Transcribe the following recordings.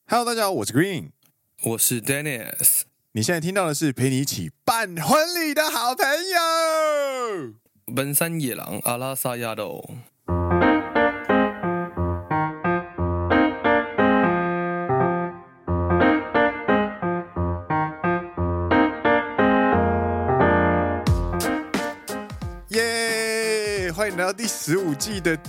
Hello， 大家好，我是 Green， 我是 Dennis。 你现在听到的是陪你一起办婚礼的好朋友—— 奔山野狼阿拉萨亚斗。 耶！欢迎来到第15季的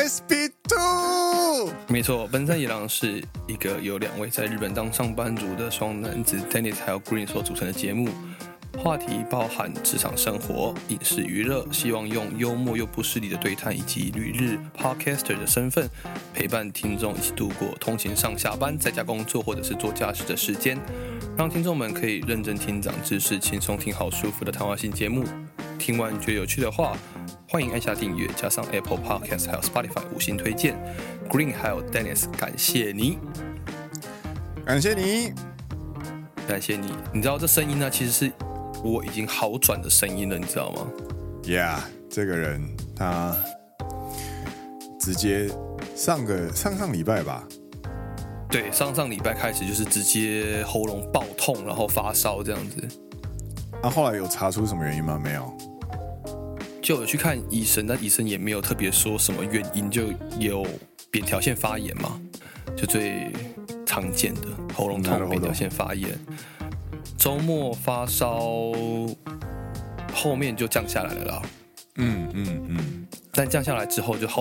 SP2。 没错，奔山野狼是一个由2位在日本当上班族的双男子 Dennis 还有 Green 所组成的节目。话题包含职场生活、影视娱乐，希望用幽默又不失礼的对谈以及旅日 Podcaster 的身份，陪伴听众一起度过通勤上下班、在家工作或者是做家事的时间，让听众们可以认真听长知识，轻松听好舒服的谈话性节目。听完觉得有趣的话，欢迎按下订阅，加上 Apple Podcast 还有 Spotify 5星推荐。Green 还有 Dennis， 感谢你， 感谢你， 感谢你。你知道这声音呢，其实是我已经好转的声音了，你知道吗 ？Yeah， 这个人他直接上礼拜吧， 对，上礼拜开始就是直接喉咙爆痛，然后发烧这样子。 后来有查出什么原因吗？没有。 就有去看医生，但医生也没有特别说什么原因，就有扁桃腺发炎嘛，就最常见的喉咙痛、扁桃腺发炎。周末发烧，后面就降下来了啦。但降下来之后就好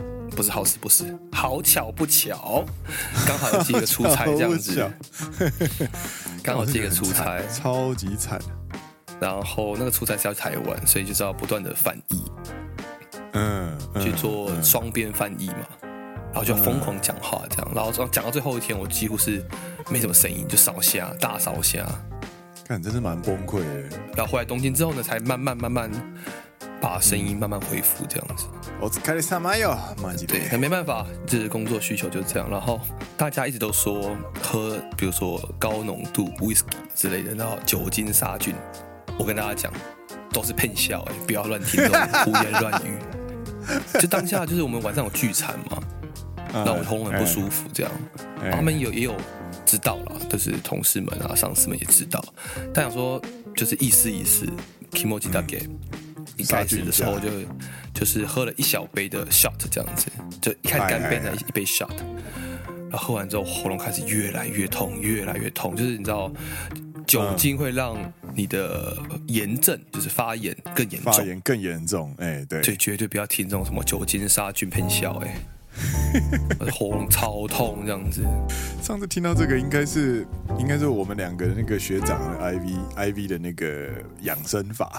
巧不巧，刚好有接个出差这样子，刚好接个出差， 超级惨。 然后那个出差是要台湾，所以就是要不断的翻译，去做双边翻译嘛，然后就疯狂讲话这样，然后讲到最后一天，我几乎是没什么声音，就烧瞎，大烧瞎， 看真是蛮崩溃的。 然后回来东京之后呢，才慢慢把声音慢慢恢复这样子。 我开始上班哟， 对，那没办法，就是工作需求就是这样。然后大家一直都说喝，比如说高浓度 whisky 之类的，然后酒精杀菌。我跟大家讲，都是骗笑不要乱听这种胡言乱语。就当下就是我们晚上有聚餐嘛，那我喉咙很不舒服这样，他们也有知道啦，就是同事们啊、上司们也知道，但想说就是意思 kimochi dake。一开始的时候就是喝了1小杯的 shot 这样子，就一开始干杯一杯 shot， 然后喝完之后喉咙开始越来越痛，就是你知道酒精会让你的炎症就是发炎更严重， 对， 所以绝对不要听这种什么酒精杀菌喷笑喉咙超痛这样子。 上次听到这个应该是我们2个那个学长的 IV 的那个养生法。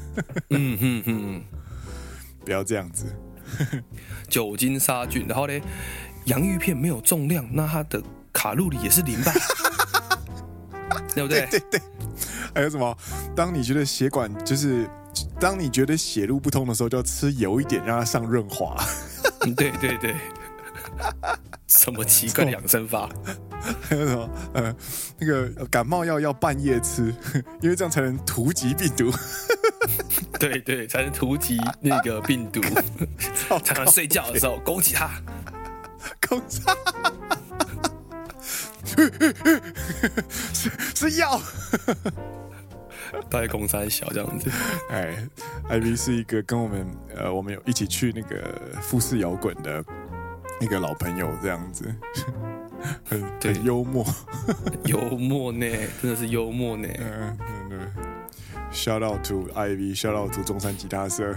不要这样子。 酒精杀菌，然后呢，洋芋片没有重量，那它的卡路里也是0吧？对不对？ 对。还有什么？当你觉得当你觉得血路不通的时候，就要吃油一点，让它上润滑。 对。什么奇怪的养生法？ 还有什么？那个感冒药要半夜吃，因为这样才能突击病毒。 对，才能突击那个病毒，才能睡觉的时候攻击它。是药。 大概公三小这样子。 ，IV 是一个跟我们有一起去那个富士摇滚的一个老朋友这样子，很幽默， 幽默呢，真的是幽默呢。 Shout out to IV，Shout out to 中山吉他社。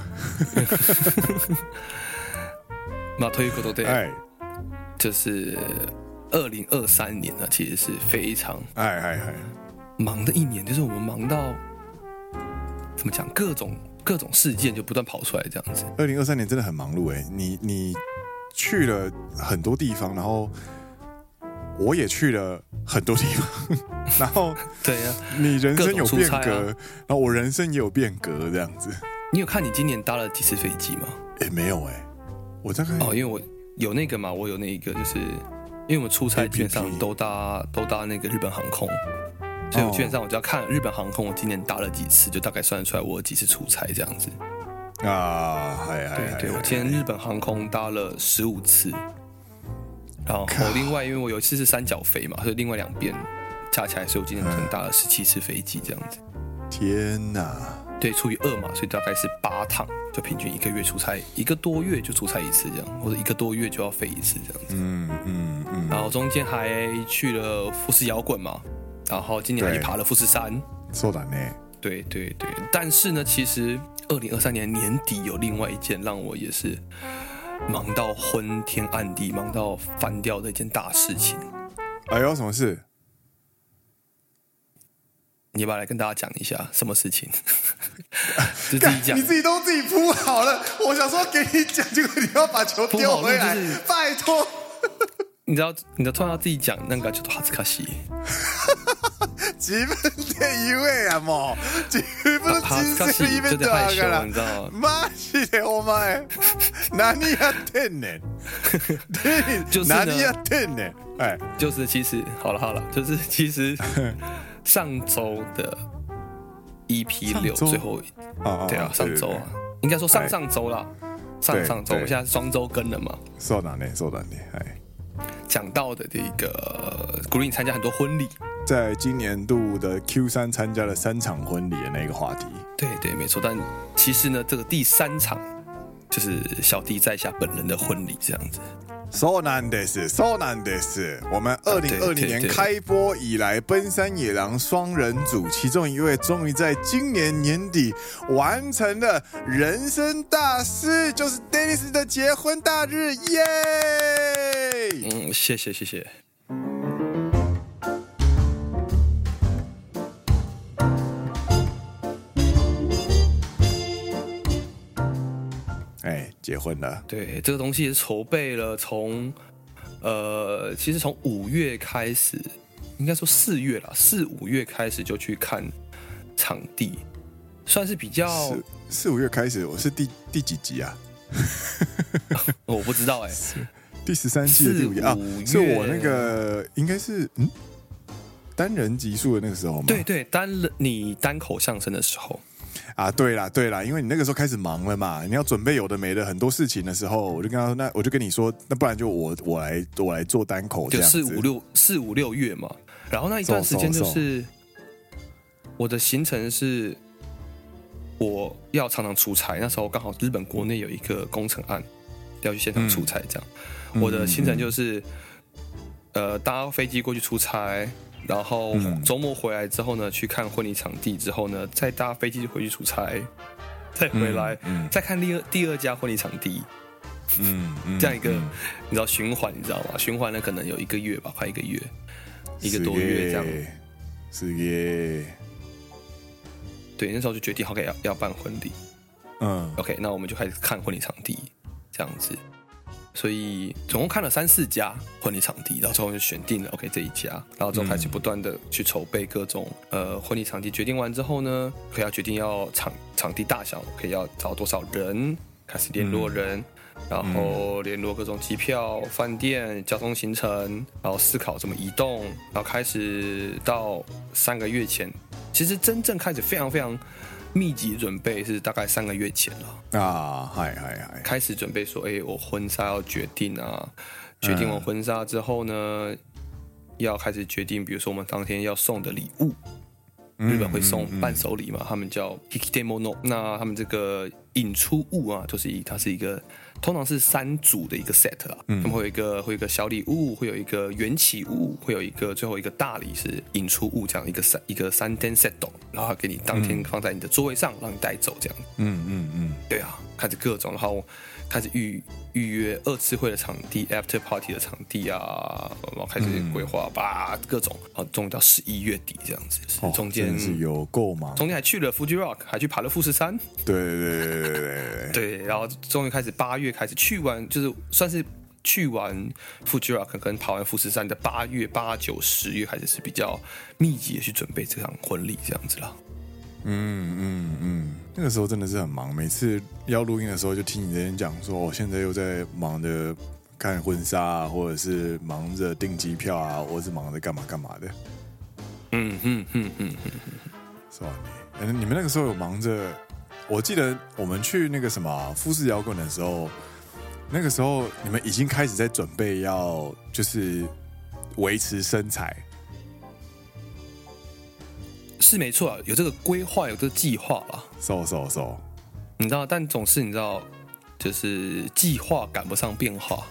ということで，就是2023年呢，其实是非常忙的一年，就是我们忙到怎么讲，各种事件就不断跑出来这样子。 2023年真的很忙碌你去了很多地方，然后我也去了很多地方，然后对啊， 你人生有变革，然后我人生也有变革这样子。 你有看你今年搭了几次飞机吗？ 没有我大概因为我有那个嘛，我有那个就是因为我们出差基本上都搭那个日本航空。所以我基本上我就要看日本航空，我今年搭了几次，就大概算得出来我有几次出差这样子。 对， 我今天日本航空搭了15次。 然后另外因为我有一次是三角飞嘛，所以另外2边加起来，所以我今年可能搭了17次飞机这样子。 天哪！ 对，除以2嘛，所以大概是8趟，就平均1个月出差，1个多月就出差1次这样，或者1个多月就要飞1次这样子。然后中间还去了富士摇滚嘛，然后今年还去爬了富士山。 そうだね。 对对对，但是呢，其实2023年年底有另外一件让我也是忙到昏天暗地、忙到翻掉的一件大事情。 哎呦，什么事？ 你要不要来跟大家讲一下什么事情？就自己讲， 你自己都自己铺好了。我想说给你讲，结果你要把球丢回来，拜托。 你知道突然要自己讲，那个叫做哈兹卡西。 自分で言えやもう。自分の人生イベントだから。マジでお前何やってんねん。何やってんねん。哎， 就是其实好了，就是其实上周的 EP6 最后对啊，上周啊，应该说上周啦，上周我们现在是双周更了嘛。 そうだね，そうだね，哎。 讲到的这个 Green 参加很多婚礼， 在今年度的 Q3 参加了3场婚礼的那个话题。 对对，没错。但其实呢，这个第3场就是小弟在下本人的婚礼，这样子。 そうなんです、そうなんです。我们2020年开播以来，奔山野狼双人组其中一位终于在今年年底完成了人生大事，就是 Dennis 的结婚大日，耶！ 谢谢。 结婚了。 对，这个东西也是筹备了其实从5月开始，应该说4月啦，4、5月开始就去看场地，算是比较 4、5月开始，我是第几集啊？ 我不知道第13季的第5集啊，是我那个应该是单人集数的那个时候吗？ 对，你单口相声的时候。 啊，对啦，因为你那个时候开始忙了嘛，你要准备有的没的很多事情的时候，我就跟他说，那我就跟你说，那不然就我来做单口这样子。 就4、5、6月嘛，然后那一段时间就是我的行程是我要常常出差，那时候刚好日本国内有一个工程案要去现场出差，这样，我的行程就是搭飞机过去出差。然后周末回来之后呢，去看婚礼场地之后呢，再搭飞机回去出差，再回来，再看第二家婚礼场地，这样一个你知道循环，你知道吗？循环了可能有1个月吧，快1个月，1个多月这样。 是耶。 对，那时候就决定 OK 要办婚礼，OK， 那我们就开始看婚礼场地这样子。所以总共看了3、4家婚礼场地，然后最后就选定了 OK 这一家，然后之后开始不断的去筹备各种婚礼场地。决定完之后呢，可以要决定要场地大小，可以要找多少人，开始联络人，然后联络各种机票、饭店、交通行程，然后思考怎么移动，然后开始到3个月前，其实真正开始非常非常密集准备是大概3个月前了啊，嗨， 开始准备说，我婚纱要决定啊，决定完婚纱之后呢，要开始决定，比如说我们当天要送的礼物，日本会送伴手礼嘛，他们叫 hikitemono， 那他们这个引出物啊，就是它是一个通常是3组的一个 set 啦，他们会有一个小礼物，会有一个缘起物，会有一个最后一个大礼是引出物，这样一个3点 set， 然后给你当天放在你的座位上，让你带走这样。对啊，开始各种，然后开始预约2次会的场地 ，after party 的场地啊，然后开始规划吧，各种，然后终于到11月底这样子，中间是有够忙， 中间还去了 Fuji Rock， 还去爬了富士山。对，然后终于开始8月开始去完，就是算是去完 Fuji Rock 跟爬完富士山的8月、8、9、10月开始是比较密集的去准备这场婚礼这样子啦。 那个时候真的是很忙，每次要录音的时候就听你这边讲说，我现在又在忙着看婚纱啊，或者是忙着订机票啊，或者是忙着干嘛的。是吧？你们那个时候有忙着？我记得我们去那个什么富士摇滚的时候， 那个时候你们已经开始在准备要就是维持身材， 是没错啊，有这个规划，有这个计划啦。 瘦， 你知道，但总是你知道，就是计划赶不上变化，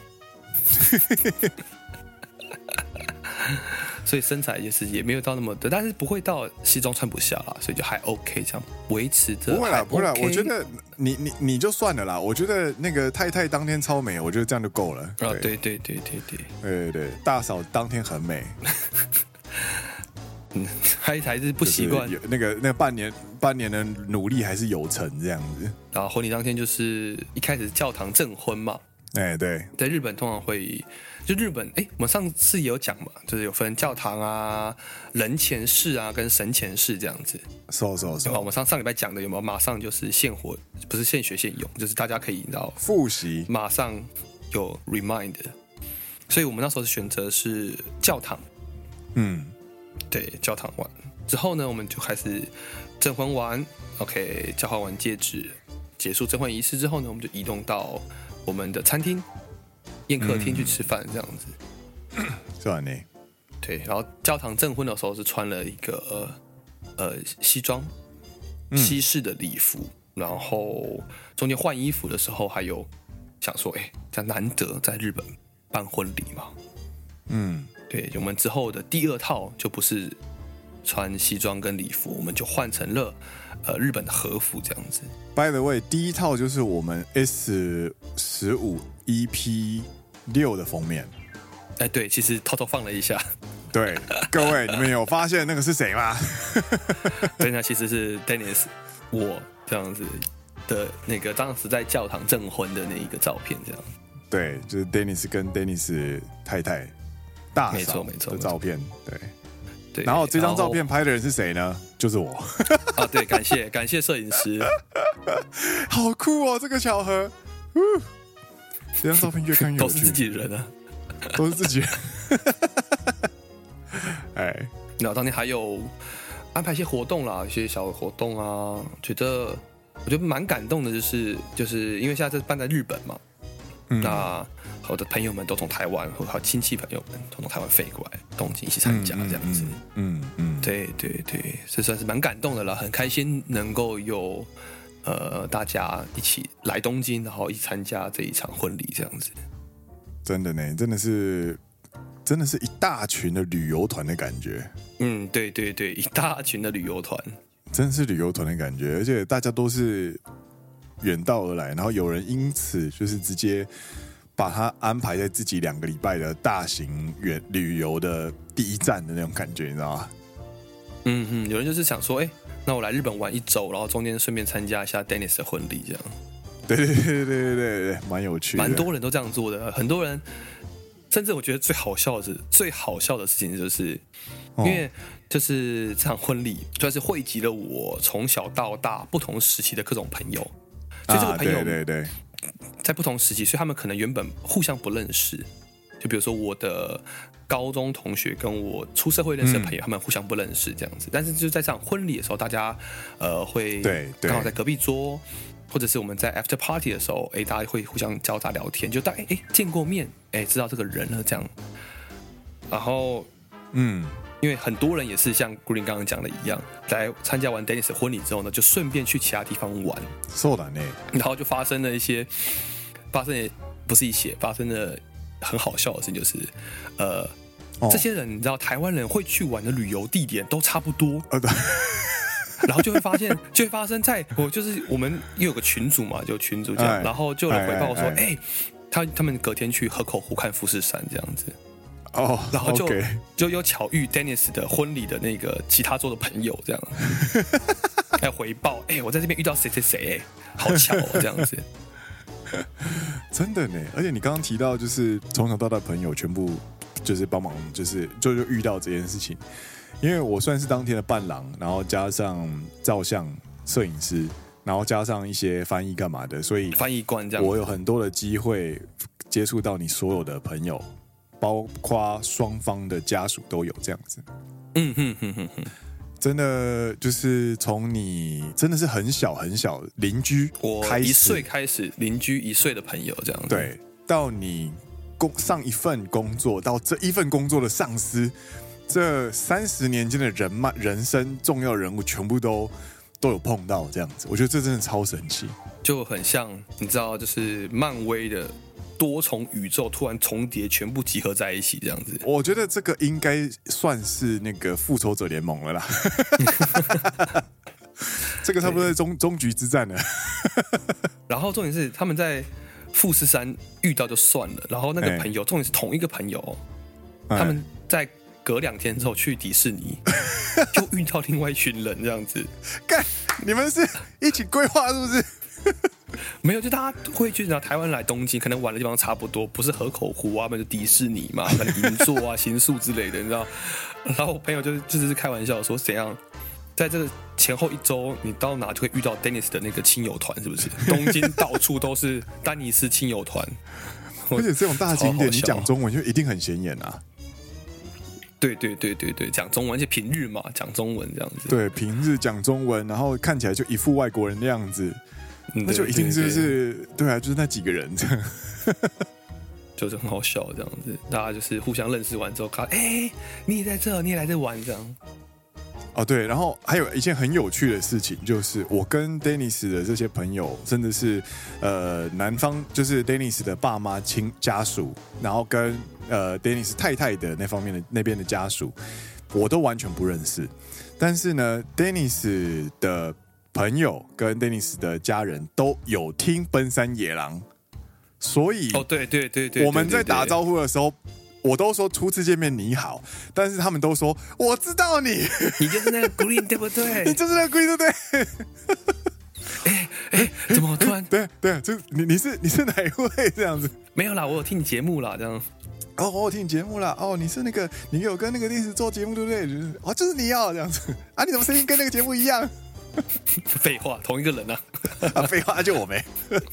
所以身材也没有到那么的，但是不会到西装穿不下啦，所以就还 OK 这样维持着。 不会啦，不会啦，我觉得你就算了啦。我觉得那个太太当天超美，我觉得这样就够了。 啊，对， 大嫂当天很美。 还是不习惯， 那个半年的努力还是有成这样子。 然后婚礼当天就是一开始教堂证婚嘛。 对， 在日本通常会，就日本我们上次也有讲嘛，就是有分教堂啊、人前式啊跟神前式这样子。我们上礼拜讲的有没有？马上就是现活，不是现学现用，就是大家可以你知道复习， 马上有 remind。所以我们那时候选择是教堂。对，教堂完之后呢，我们就开始证婚完 ，OK， 交换完戒指，结束证婚仪式之后呢，我们就移动到我们的餐厅、宴客厅去吃饭，这样子。 是吧？你对，然后教堂证婚的时候是穿了一个西装，西式的礼服，然后中间换衣服的时候还有想说，这样难得在日本办婚礼嘛，对，我们之后的第二套就不是穿西装跟礼服，我们就换成了日本的和服这样子。 By the way， 第一套就是我们 S15 EP6 的封面。 对，其实偷偷放了一下。 对，各位，你们有发现那个是谁吗？ 对，那其实是 Dennis 我这样子的那个当时在教堂证婚的那一个照片，这样。对， 就是 Dennis 跟 Dennis 太太大嫂的照片，对。然后这张照片拍的人是谁呢？就是我。 啊，对，感谢摄影师。 好酷哦，这个巧合。这张照片越看越有趣， 都是自己人啊， 都是自己人。 然后当天还有安排一些活动啦，一些小的活动啊，我觉得蛮感动的，就是因为现在是办在日本嘛，那我的朋友们都从台湾，还有亲戚朋友们都从台湾飞过来东京一起参加这样子，对，这算是蛮感动的啦，很开心能够有大家一起来东京，然后一起参加这一场婚礼这样子。 真的呢，真的是一大群的旅游团的感觉。 对，一大群的旅游团， 真的是旅游团的感觉，而且大家都是远道而来，然后有人因此就是直接把它安排在自己2个礼拜的大型旅游的第一站的那种感觉，你知道吗？ 有人就是想说，那我来日本玩1周，然后中间顺便参加一下 Dennis 的婚礼，这样。对，蛮有趣的，蛮多人都这样做的，很多人。甚至我觉得最好笑的事情就是，因为就是这场婚礼，就是汇集了我从小到大不同时期的各种朋友，所以这个朋友对， 在不同时期，所以他们可能原本互相不认识。就比如说我的高中同学跟我出社会认识的朋友，他们互相不认识这样子，但是就在这场婚礼的时候，大家会刚好在隔壁桌。或者是我们在 after party 的时候，大家会互相交杂聊天，就大概见过面，知道这个人了这样。然后，因为很多人也是像 Green 刚刚讲的一样，来参加完 Dennis 的婚礼之后呢，就顺便去其他地方玩。 そうだね。 然后就发生了很好笑的事情，就是这些人你知道，台湾人会去玩的旅游地点都差不多。然后就会发生在我们又有个群组嘛，就群组这样，然后就有人回报说，他们隔天去河口湖看富士山这样子，然后就有巧遇 Dennis 的婚礼的那个其他桌的朋友这样，还有回报，我在这边遇到谁，好巧哦这样子， 真的呢。而且你刚刚提到，就是从小到大的朋友全部就是帮忙，就遇到这件事情。因为我算是当天的伴郎，然后加上照相摄影师，然后加上一些翻译干嘛的，所以翻译官这样，我有很多的机会接触到你所有的朋友，包括双方的家属都有这样子。真的就是从你真的是很小邻居， 我1岁开始邻居1岁的朋友这样子， 对， 到你上一份工作，到这一份工作的上司，这30年间的人生重要人物全部都有碰到这样子，我觉得这真的超神奇， 就很像你知道，就是漫威的多重宇宙突然重叠，全部集合在一起这样子。 我觉得这个应该算是那个复仇者联盟了啦。这个差不多是终局之战了。 然后重点是他们在富士山遇到就算了，然后那个朋友，重点是同一个朋友，他们在隔2天之后去迪士尼，就遇到另外一群人这样子。 干，你们是一起规划是不是？ 没有，就大家会去台湾来东京，可能玩的地方差不多，不是河口湖啊，那就迪士尼嘛，可能银座啊、新宿之类的，你知道。然后我朋友就是开玩笑说，怎样，在这个前后1周，你到哪就会遇到 Dennis 的那个亲友团，是不是？东京到处都是丹尼斯亲友团， 而且这种大景点，你讲中文就一定很显眼啊。 对，讲中文，而且平日嘛，讲中文这样子。 对，平日讲中文，然后看起来就一副外国人的样子。那就一定就是对啊，就是那几个人这样， 就是很好笑这样子。大家就是互相认识完之后，看，你也在这，你也来这玩这样。 哦，对，然后还有一件很有趣的事情，就是我跟 Dennis 的这些朋友，甚至是男方就是 Dennis 的爸妈家属，然后跟Dennis 太太的那边的家属，我都完全不认识。但是呢 ，Dennis 的朋友跟 Dennis 的家人都有听奔山野狼，所以对， 我们在打招呼的时候，我都说初次见面你好，但是他们都说我知道你， 你就是那个 Green 对不对？ 你就是那个 Green 对不对？怎么突然？ 对，就你是哪一位这样子？ 没有啦，我有听你节目啦，这样。 哦，我有听你节目啦。哦，你是那个你有跟那个电视做节目对不对？哦，就是你哦，这样子啊？你怎么声音跟那个节目一样？ 废话，同一个人啊！ 废话，就我没。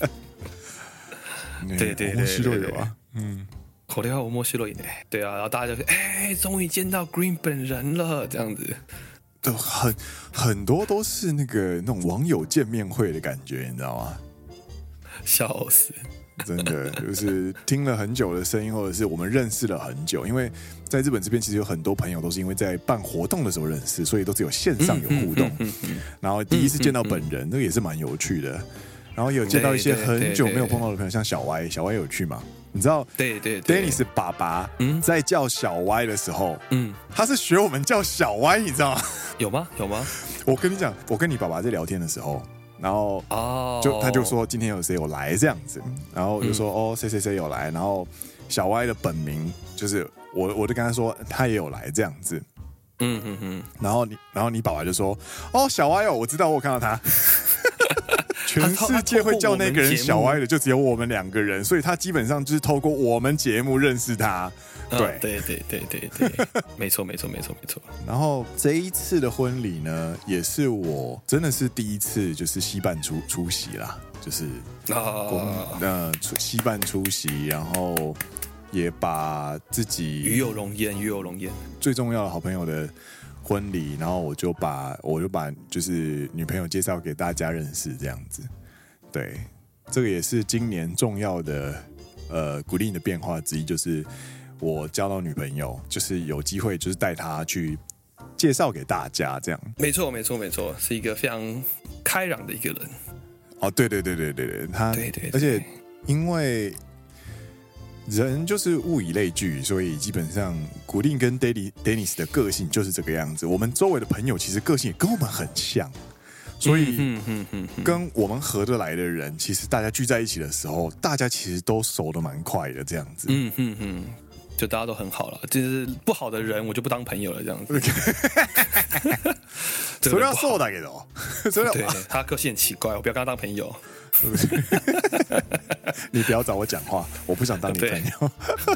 对，面白いわ。 これは面白いね。对啊，然后大家就终于见到 Green 本人了，这样子。 都很多都是那种网友见面会的感觉，你知道吗？ 笑死！ 真的就是听了很久的声音，或者是我们认识了很久，因为在日本这边其实有很多朋友都是因为在办活动的时候认识，所以都只有线上有互动，然后第一次见到本人，那个也是蛮有趣的。然后有见到一些很久没有碰到的朋友，像小歪有去吗？你知道， 对 ，Dennis 爸爸在叫小歪的时候，他是学我们叫小歪，你知道吗？ 有吗？ 我跟你讲，我跟你爸爸在聊天的时候。然后他就说今天有谁有来这样子，然后我就说谁有来，然后小歪的本名就是我就跟他说他也有来这样子，然后你爸爸就说小歪我知道我有看到他，全世界会叫那个人小歪的就只有我们2个人，所以他基本上就是透过我们节目认识他。对， 没错。 然后这一次的婚礼呢，也是我真的是第一次就是西办出席啦，就是西办出席，然后也把自己与有荣焉最重要的好朋友的婚礼，然后我就把就是女朋友介绍给大家认识这样子。对，这个也是今年重要的鼓励的变化之一，就是我交到女朋友，就是有机会就是带她去介绍给大家这样。 没错，是一个非常开朗的一个人。 哦，对，他对，而且因为人就是物以类聚，所以基本上古令跟 Dennis 的个性就是这个样子。我们周围的朋友其实个性也跟我们很像，所以跟我们合得来的人，其实大家聚在一起的时候，大家其实都熟得蛮快的这样子。 就大家都很好了，就是不好的人我就不当朋友了这样子。 それはそうだけど， 对，他个性很奇怪，我不要跟他当朋友。 你不要找我讲话，我不想当你朋友。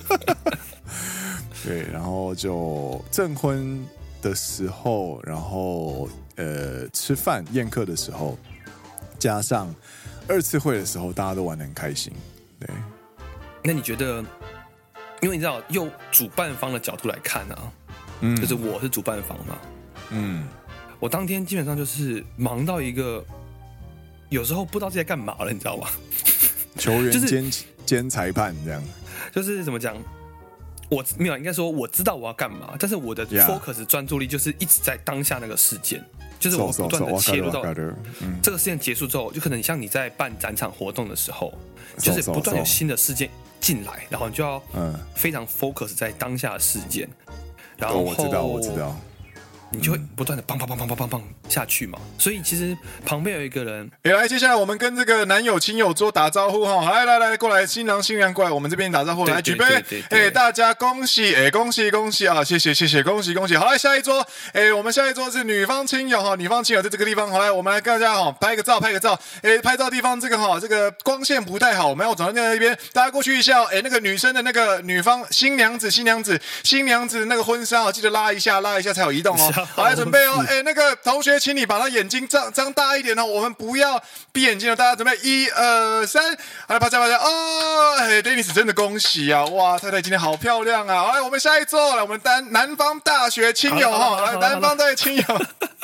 对，然后就证婚的时候，然后吃饭宴客的时候，加上2次会的时候，大家都玩得很开心。对， 那你觉得？因为你知道，用主办方的角度来看啊，就是我是主办方嘛，我当天基本上就是忙到一个，有时候不知道自己在干嘛了，你知道吗？ 球员兼裁判这样。 就是怎么讲？我没有，应该说我知道我要干嘛，但是我的 focus 专注力就是一直在当下那个事件，就是我不断的切入到这个事件结束之后，就可能像你在办展场活动的时候，就是不断有新的事件进来，然后你就要非常 focus 在当下的事件，然后我知道。 你就会不断的砰下去嘛，所以其实旁边有一个人， 来，接下来我们跟这个男友亲友桌打招呼哈，来过来，新郎新娘过来，我们这边打招呼，来举杯，大家恭喜，恭喜啊，谢谢，恭喜，好，来下一桌，我们下一桌是女方亲友哈，女方亲友在这个地方，好来，我们来跟大家哈拍个照，拍照地方这个光线不太好，我们要转到那边，大家过去一下，那个女生的那个女方新娘子那个婚纱记得拉一下才有移动哦。好，来准备哦！那个同学，请你把他眼睛张大一点哦，我们不要闭眼睛哦。大家准备1、2、3，好来，拍照哦！Dennis 真的恭喜啊！哇，太太今天好漂亮啊！好来，我们下一桌，来我们南方大学亲友哈，来南方大学亲友。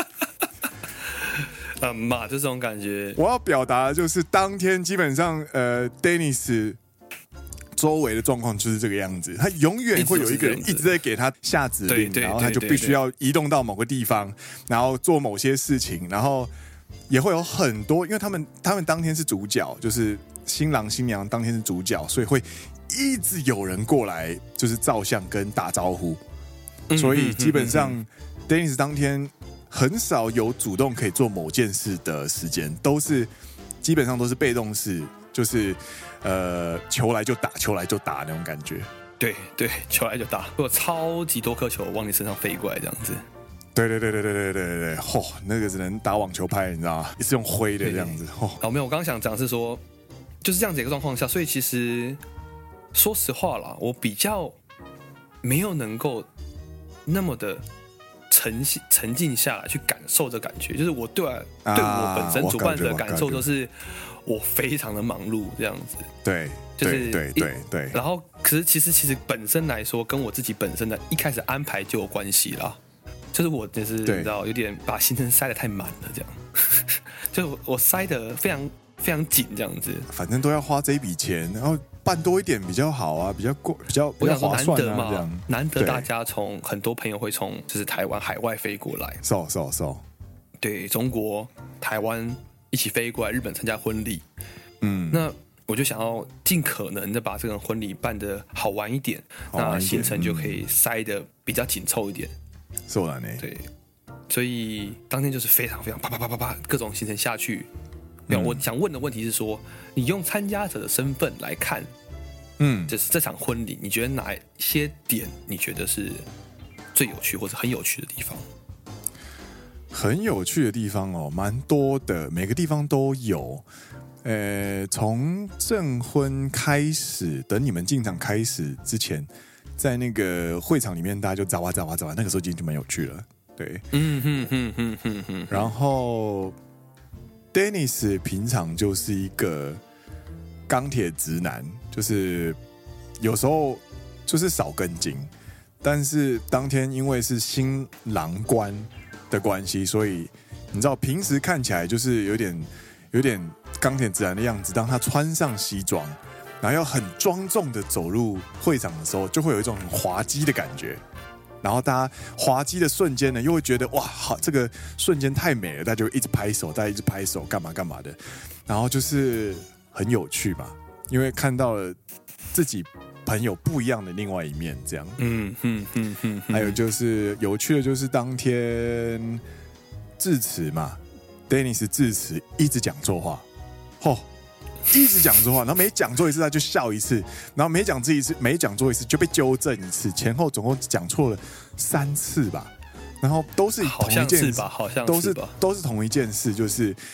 就这种感觉。 我要表达的就是当天基本上Dennis。周围的状况就是这个样子，他永远会有一个人一直在给他下指令，然后他就必须要移动到某个地方，然后做某些事情，然后也会有很多，因为他们当天是主角，就是新郎新娘当天是主角，所以会一直有人过来就是照相跟打招呼，所以基本上 Dennis 当天很少有主动可以做某件事的时间，基本上都是被动式，就是球来就打那种感觉。 对，球来就打，会有超级多颗球往你身上飞过来这样子。 对，那个只能打网球拍，你知道吗？也是用挥的这样子。 没有，我刚刚想讲是说，就是这样子一个状况下，所以其实说实话啦，我比较没有能够那么的沉浸下来去感受这感觉，就是我对我本身主办的感受都是我非常的忙碌这样子。 对， 就是对。 然后可是其实本身来说，跟我自己本身的一开始安排就有关系啦。就是我就是你知道有点把行程塞得太满了，这样，就我塞得非常非常紧这样子。反正都要花这一笔钱，然后办多一点比较好啊，比较划算啊，这样难得大家很多朋友会从就是台湾海外飞过来，对，中国、台湾一起飞过来日本参加婚礼，那我就想要尽可能的把这个婚礼办得好玩一点，那行程就可以塞得比较紧凑一点。 そうだね。 对，所以当天就是非常非常啪各种行程下去。我想问的问题是说，你用参加者的身份来看，就是这场婚礼，你觉得哪些点你觉得是最有趣或者很有趣的地方？ 很有趣的地方哦，蛮多的，每个地方都有。从证婚开始，等你们进场开始之前，在那个会场里面，大家就咋哇，那个时候就蛮有趣了。对，然后 Dennis 平常就是一个钢铁直男，就是有时候就是少根筋，但是当天因为是新郎官的关系，所以你知道平时看起来就是有点钢铁直男的样子，当他穿上西装，然后要很庄重的走入会场的时候，就会有一种很滑稽的感觉。然后大家滑稽的瞬间呢，又会觉得哇，好，这个瞬间太美了，大家就一直拍手，干嘛的，然后就是很有趣嘛，因为看到了自己朋友不一样的另外一面，这样。还有就是有趣的，就是当天致辞嘛 ，Dennis 致辞一直讲错话，一直讲错话，然后每讲错一次他就笑一次，然后每讲错一次就被纠正一次，前后总共讲错了3次吧，然后都是同一件事， 好像是吧， 都是同一件事，就是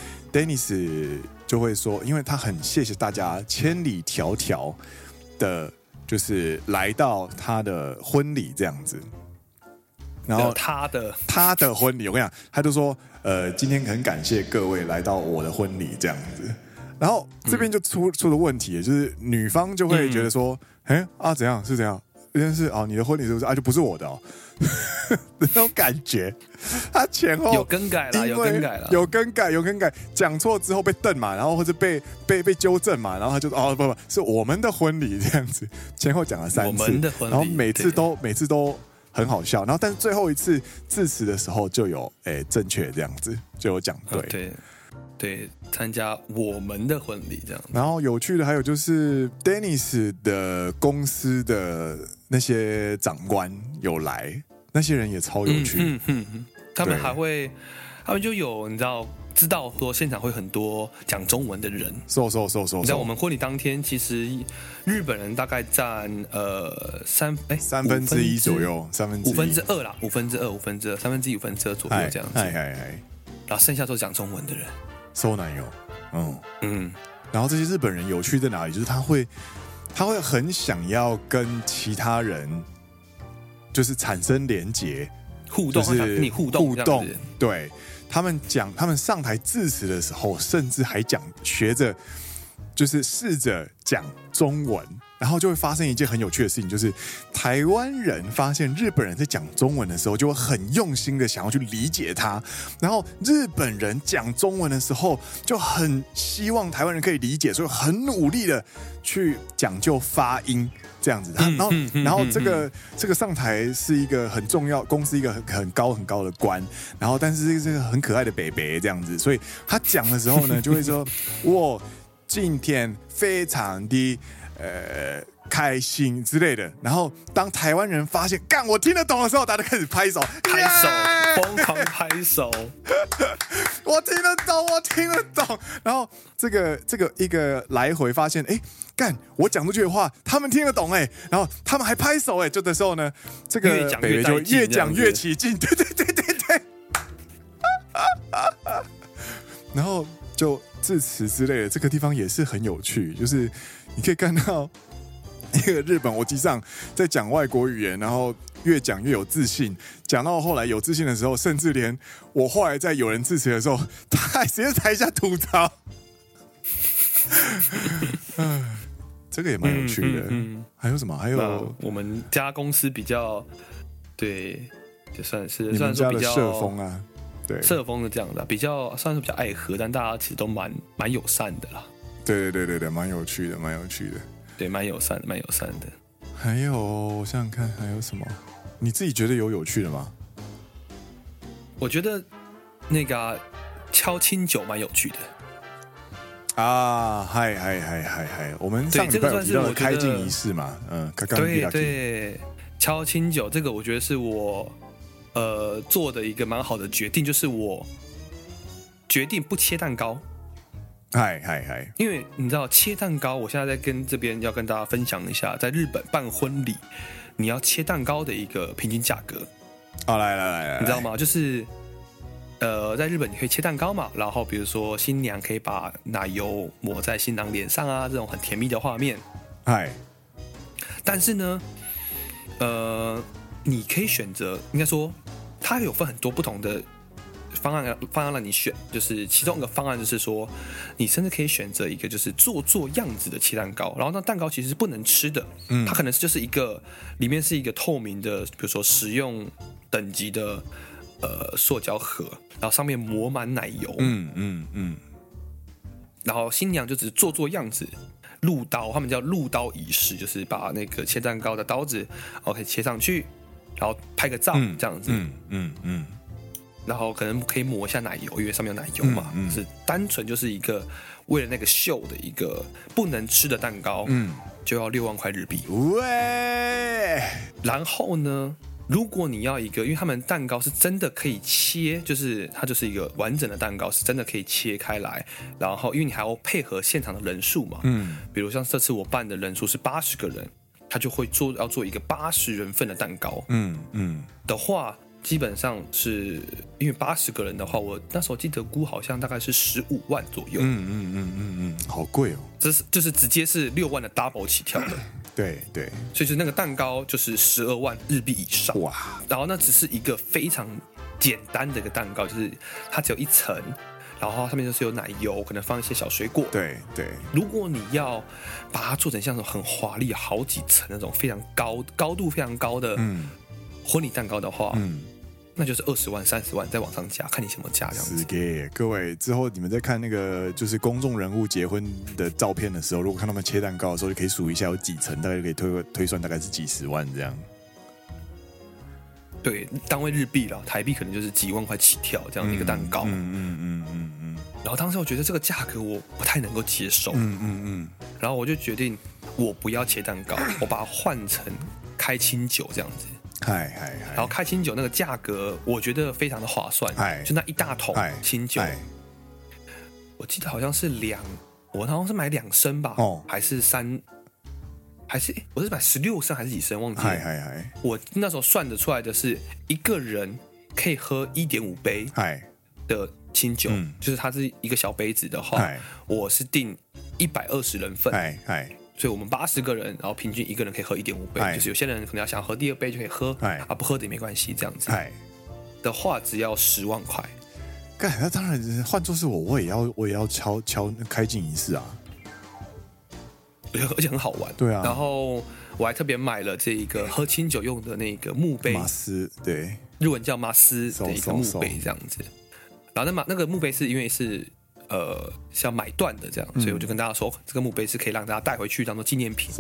Dennis 就会说，因为他很谢谢大家千里迢迢的，就是来到他的婚礼这样子，然后他的婚礼，我跟你讲，他就说，今天很感谢各位来到我的婚礼这样子。然后这边就出了问题，就是女方就会觉得说，怎样是怎样这件事哦，你的婚礼是不是啊？就不是我的哦。 那种感觉。他前后有更改啦，有更改，讲错之后被瞪嘛，然后或者被纠正嘛，然后他就不是我们的婚礼这样子，前后讲了3次， 我们的婚礼， 然后每次都很好笑，然后但是最后一次致辞的时候就有正确这样子，就有讲对，参加我们的婚礼这样。 然后有趣的还有就是 Dennis 的公司的那些长官有来，那些人也超有趣。 他们他们就有你知道说现场会很多讲中文的人。你在我们婚礼当天，其实日本人大概占 1/3左右 ，2/5啦，2/3，1/2，左右这样子。然后剩下都讲中文的人。 so 难有，然后这些日本人有趣在哪里？就是他会很想要跟其他人就是产生连结互动， 就是跟你互动， 对他们上台致辞的时候，甚至还学着就是试着讲中文。然后就会发生一件很有趣的事情，就是台湾人发现日本人在讲中文的时候，就会很用心的想要去理解他，然后日本人讲中文的时候，就很希望台湾人可以理解，所以很努力的去讲究发音这样子。然后这个上台是一个很重要，公司一个很高的官，然后但是这个很可爱的北北这样子，所以他讲的时候呢，就会说我今天非常的开心之类的，然后当台湾人发现干我听得懂的时候，大家开始拍手， 疯狂拍手， 我听得懂。然后这个一个来回发现，干我讲出去的话，他们听得懂然后他们还拍手就的时候呢，这个北北就越讲越起劲，对，然后就致辞之类的，这个地方也是很有趣，就是你可以看到一个日本国际上在讲外国语言，然后越讲越有自信，讲到后来有自信的时候，甚至连我后来在有人致辞的时候，他还直接在台下吐槽，这个也蛮有趣的。还有什么？还有我们家公司比较对，就算是你们家的社风啊。对， 社风是这样的，比较算是比较爱喝，但大家其实都蛮友善的啦。 对，蛮有趣的。 对，蛮友善的。 还有，我想想看还有什么？你自己觉得有趣的吗？ 我觉得那个敲清酒蛮有趣的。 啊，嗨！我们上礼拜有提到的开镜仪式嘛， 对，敲清酒这个我觉得是我做的一个蛮好的决定，就是我决定不切蛋糕。 嗨， 因为你知道切蛋糕，我现在这边要跟大家分享一下，在日本办婚礼，你要切蛋糕的一个平均价格。 来， 你知道吗？就是在日本你可以切蛋糕嘛，然后比如说新娘可以把奶油抹在新郎脸上啊，这种很甜蜜的画面。但是呢，你可以选择，应该说它有分很多不同的方案让你选，就是其中一个方案就是说，你甚至可以选择一个就是做样子的切蛋糕，然后那蛋糕其实是不能吃的，它可能就是一个里面是一个透明的，比如说食用等级的塑胶盒，然后上面抹满奶油，然后新娘就只做样子。入刀，他们叫入刀仪式，就是把那个切蛋糕的刀子 OK 切上去，然后拍个照这样子，然后可能可以抹一下奶油，因为上面有奶油嘛，是单纯就是一个为了那个秀的一个不能吃的蛋糕，就要6万块日币。然后呢，如果你要一个，因为他们蛋糕是真的可以切，就是它就是一个完整的蛋糕，是真的可以切开来。然后因为你还要配合现场的人数嘛，比如像这次我办的人数是80个人，他就会要做一个80人份的蛋糕。的话，基本上是因为80个人的话，我那时候记得估好像大概是15万左右。 好贵哦！ 就是直接是6万的 double 起跳的。 对， 所以就那个蛋糕就是12万日币以上。哇！然后那只是一个非常简单的一个蛋糕，就是它只有一层，然后上面就是有奶油，可能放一些小水果。 对。 如果你要把它做成像那种很华丽、好几层那种非常高度非常高的婚礼蛋糕的话，那就是20万、30万再往上加，看你什么加这样子。 是给各位之后你们在看那个就是公众人物结婚的照片的时候，如果看他们切蛋糕的时候，就可以数一下有几层，大概就可以推算大概是几十万这样。 对，单位日币啦，台币可能就是几万块起跳这样的一个蛋糕。然后当时我觉得这个价格我不太能够接受。然后我就决定我不要切蛋糕，我把它换成开清酒这样子。然后开清酒那个价格，我觉得非常的划算，就那一大桶清酒，我记得好像是我好像是买2升吧，还是3，还是我是买16升还是几升忘记了。我那时候算得出来的是一个人可以喝1.5杯的清酒，就是它是一个小杯子的话，我是订120人份。所以我们80个人，然后平均一个人可以喝1.5杯，就是有些人可能要想喝第2杯就可以喝，不喝的也没关系，这样子的话只要10万块。 干，那当然，换作是我也要敲开镜仪式啊， 而且很好玩。 对啊， 然后我还特别买了这个喝清酒用的那个木杯， 马斯，对， 日文叫马斯的一个木杯这样子。然后那个木杯是因为是是要买断的这样，所以我就跟大家说，这个墓碑是可以让大家带回去当做纪念品。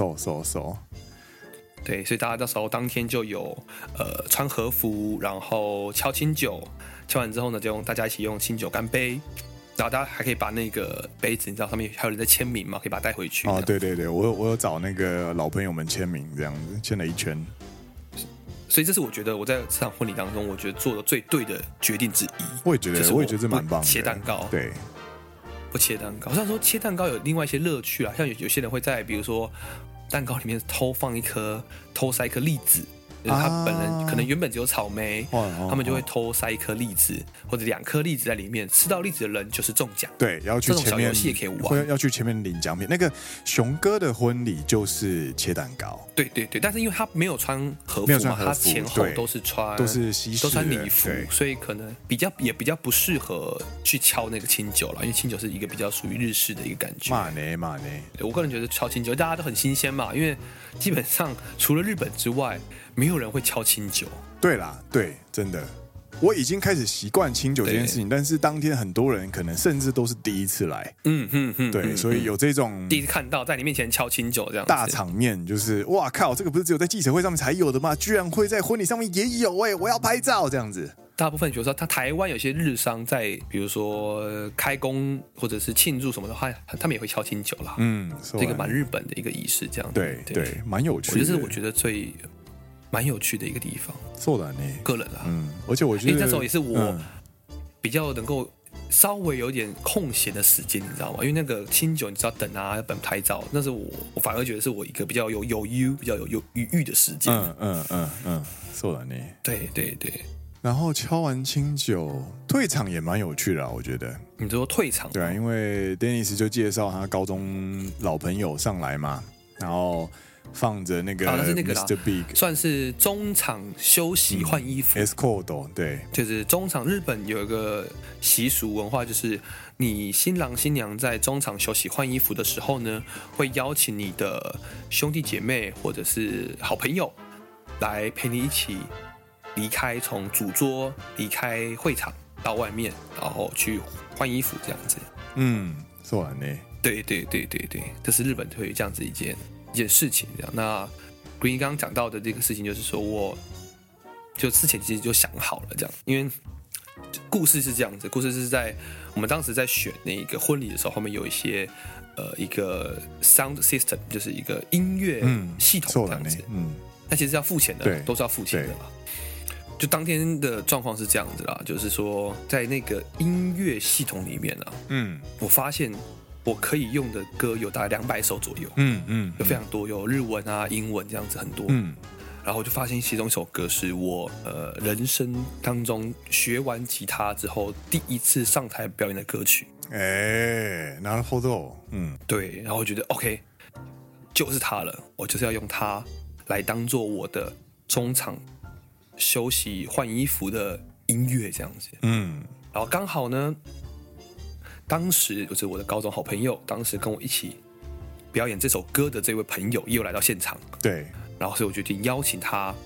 对，所以大家到时候当天就有穿和服，然后敲清酒，敲完之后呢，就大家一起用清酒干杯，然后大家还可以把那个杯子，你知道上面还有人在签名嘛，可以把它带回去。 对，我有找那个老朋友们签名，这样子签了一圈。 所以这是我觉得我在这场婚礼当中，我觉得做的最对的决定之一。 我也觉得这蛮棒的。 切蛋糕， 对。 不切蛋糕，虽然说切蛋糕有另外一些乐趣啦，像有些人会在比如说蛋糕里面偷塞一颗栗子，就是他本人可能原本只有草莓，他们就会偷塞一颗栗子或者2颗栗子在里面，吃到栗子的人就是中奖。 对，要去前面这种小游戏也可以玩， 要去前面领奖品。那个熊哥的婚礼就是切蛋糕， 对，但是因为他没有穿和服嘛，他前后都是西式，都穿礼服，所以可能比较不适合去敲那个清酒了，因为清酒是一个比较属于日式的一个感觉。马呢，我个人觉得敲清酒大家都很新鲜嘛，因为基本上除了日本之外，没有人会敲清酒。对啦， 对，真的。我已经开始习惯清酒这件事情，但是当天很多人可能甚至都是第一次来，对，所以有这种第一次看到在你面前敲清酒这样大场面，就是哇靠，这个不是只有在记者会上面才有的吗？居然会在婚礼上面也有我要拍照这样子。 大部分比如说，台湾有些日商在，比如说开工或者是庆祝什么的话，他们也会敲清酒啦。这个蛮日本的一个仪式，这样对，蛮有趣的。 这是我觉得最蛮有趣的一个地方。 そうだね， 个人啦， 而且我觉得那时候也是我比较能够稍微有点空闲的时间，你知道吗？因为那个清酒你知道等啊，等拍照，那是我反而觉得是我一个比较有比较有余裕的时间。 そうだね， 对。 然后敲完清酒，退场也蛮有趣的，我觉得。 你说退场？ 对啊，因为 Dennis 就介绍他高中老朋友上来嘛，然后放着那个 Mr. Big， 算是中场休息换衣服。 Escort， 对， 就是中场。日本有一个习俗文化，就是你新郎新娘在中场休息换衣服的时候呢，会邀请你的兄弟姐妹或者是好朋友来陪你一起离开，从主桌离开会场到外面，然后去换衣服这样子。 そうだね。 对，这是日本会有这样子一件事情。这样，那 Green 刚刚讲到的这个事情，就是说我就之前其实就想好了这样，因为故事是这样子，故事是在我们当时在选那个婚礼的时候，后面有一些一个 sound system， 就是一个音乐系统这样子。那其实要付钱的，都是要付钱的啦。就当天的状况是这样子啦，就是说在那个音乐系统里面啊，我发现我可以用的歌有大概200首左右，有非常多，有日文啊、英文这样子很多，然后我就发现其中一首歌是我人生当中学完吉他之后第一次上台表演的歌曲。 なるほど， 对，然后我觉得 OK， 就是它了，我就是要用它来当做我的中场休息换衣服的音乐这样子。然后刚好呢，当时就是我的高中好朋友，当时跟我一起表演这首歌的这位朋友也有来到现场。 对， 然后所以我决定邀请他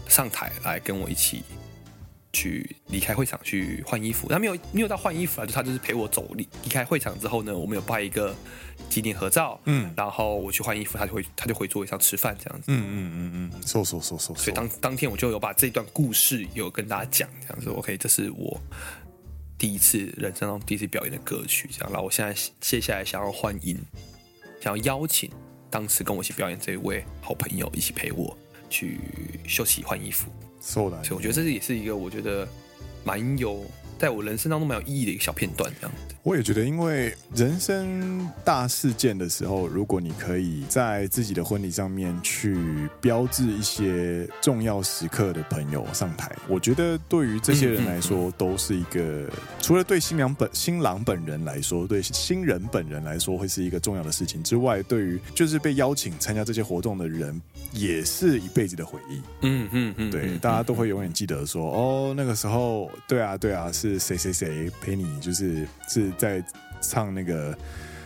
上台来跟我一起去离开会场去换衣服。他没有到换衣服啊，他就是陪我走离开会场之后呢，我们有拍一个纪念合照，然后我去换衣服，他就回座位上吃饭这样子。所以当天我就有把这段故事有跟大家讲，这样子 OK， 这是我人生中第一次表演的歌曲，这样。然后我现在接下来想要换音，想要邀请当时跟我一起表演这一位好朋友一起陪我去休息换衣服。所以我觉得这也是一个我觉得蛮有在我人生当中蛮有意义的一个小片段，这样子。 我也觉得，因为人生大事件的时候，如果你可以在自己的婚礼上面去标志一些重要时刻的朋友上台，我觉得对于这些人来说，都是一个除了对新郎本人来说，对新人本人来说会是一个重要的事情之外，对于就是被邀请参加这些活动的人，也是一辈子的回忆。对，大家都会永远记得说，哦，那个时候，对啊，是谁谁谁陪你，是在唱那个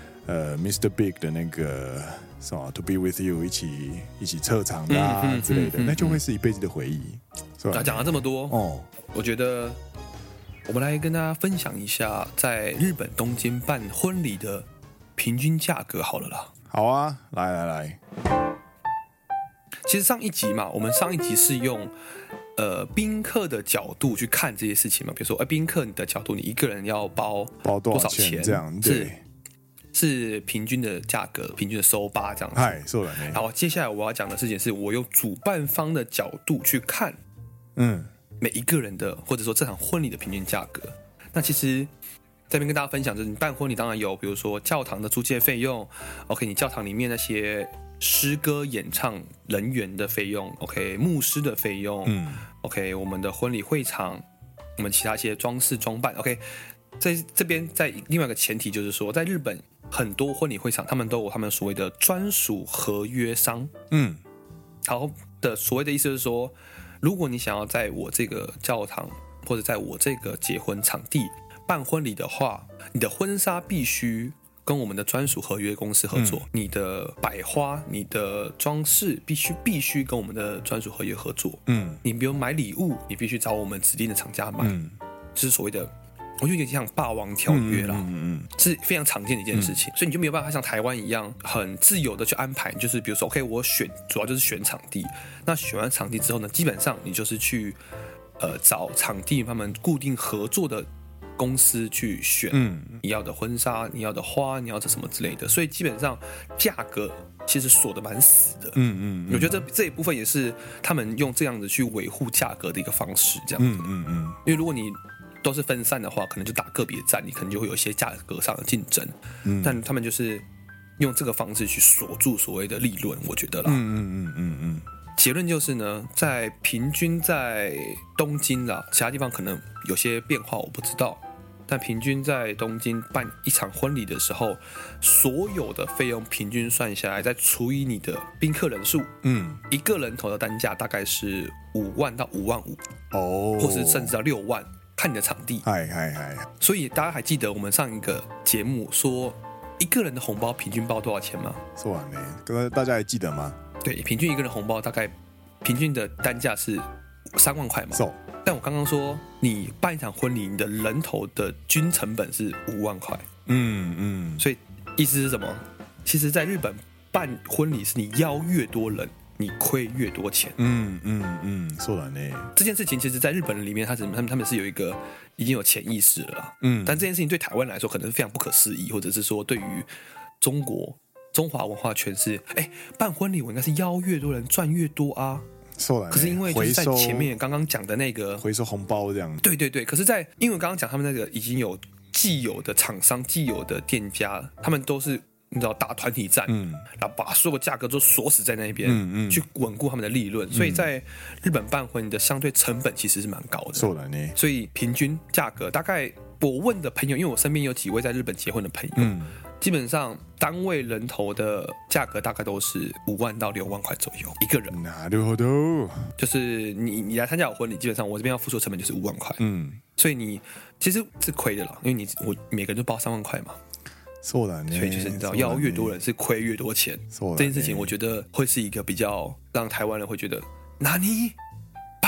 Mr. Big 的那个什么 To Be With You 一起撤场的啊之类的，那就会是一辈子的回忆。 讲了这么多，我觉得我们来跟大家分享一下在日本东京办婚礼的平均价格好了啦。 好啊，来。 其实上一集嘛，我们上一集是用宾客的角度去看这些事情嘛，比如说宾客你的角度，你一个人要包多少钱这样，对， 是平均的价格，平均的收八这样子。 嗨，そうだね。 好，接下来我要讲的事情是我用主办方的角度去看，每一个人的或者说这场婚礼的平均价格。那其实这边跟大家分享，就是你办婚礼当然有，比如说教堂的租借费用 ，OK， 你教堂里面那些诗歌演唱人员的费用 ，OK， 牧师的费用，OK， 我们的婚礼会场，我们其他一些装饰装扮 ，OK， 在这边在另外一个前提就是说，在日本很多婚礼会场他们都有他们所谓的专属合约商，好的，所谓的意思就是说，如果你想要在我这个教堂或者在我这个结婚场地办婚礼的话，你的婚纱必须跟我们的专属合约公司合作，你的摆花、你的装饰必须跟我们的专属合约合作。你比如买礼物，你必须找我们指定的厂家买，这是所谓的，我觉得有点像霸王条约啦，是非常常见的一件事情，所以你就没有办法像台湾一样很自由的去安排，就是比如说 OK， 我主要就是选场地，那选完场地之后呢，基本上你就是去找场地他们固定合作的公司去选你要的婚纱、你要的花、你要的什么之类的，所以基本上价格其实锁得蛮死的。我觉得这一部分也是他们用这样子去维护价格的一个方式，这样子。因为如果你都是分散的话，可能就打个别战，你可能就会有一些价格上的竞争。但他们就是用这个方式去锁住所谓的利润，我觉得啦。结论就是呢，平均在东京啦，其他地方可能有些变化我不知道，但平均在东京办一场婚礼的时候，所有的费用平均算下来，再除以你的宾客人数，一个人头的单价大概是5万到5万5，或是甚至到6万，看你的场地。所以大家还记得我们上一个节目说一个人的红包平均包多少钱吗？ 说完没？大家还记得吗？ 对，平均一个人红包大概平均的单价是3万块嘛。但我刚刚说，你办一场婚礼，你的人头的均成本是5万块。所以意思是什么？其实，在日本办婚礼是你邀越多人，你亏越多钱。 そうだね。 这件事情其实，在日本人里面，他们是有一个已经有潜意识了啦。但这件事情对台湾来说，可能是非常不可思议，或者是说对于中华文化圈是，办婚礼我应该是邀越多人赚越多啊。可是因为就是在前面刚刚讲的那个回收红包这样， 对，可是因为我刚刚讲他们那个已经有既有的厂商、既有的店家，他们都是你知道打团体战，然后把所有价格都锁死在那边，去稳固他们的利润，所以在日本办婚礼的相对成本其实是蛮高的，所以平均价格大概我问的朋友，因为我身边有几位在日本结婚的朋友，基本上单位人头的价格大概都是5万到6万块左右一个人。 なるほど。 就是你来参加我婚礼，基本上我这边要付出的成本就是5万块。所以你其实是亏的啦，因为我每个人就包3万块嘛。 そうだね。 所以就是你知道，邀越多人是亏越多钱。这件事情我觉得会是一个比较让台湾人会觉得哪里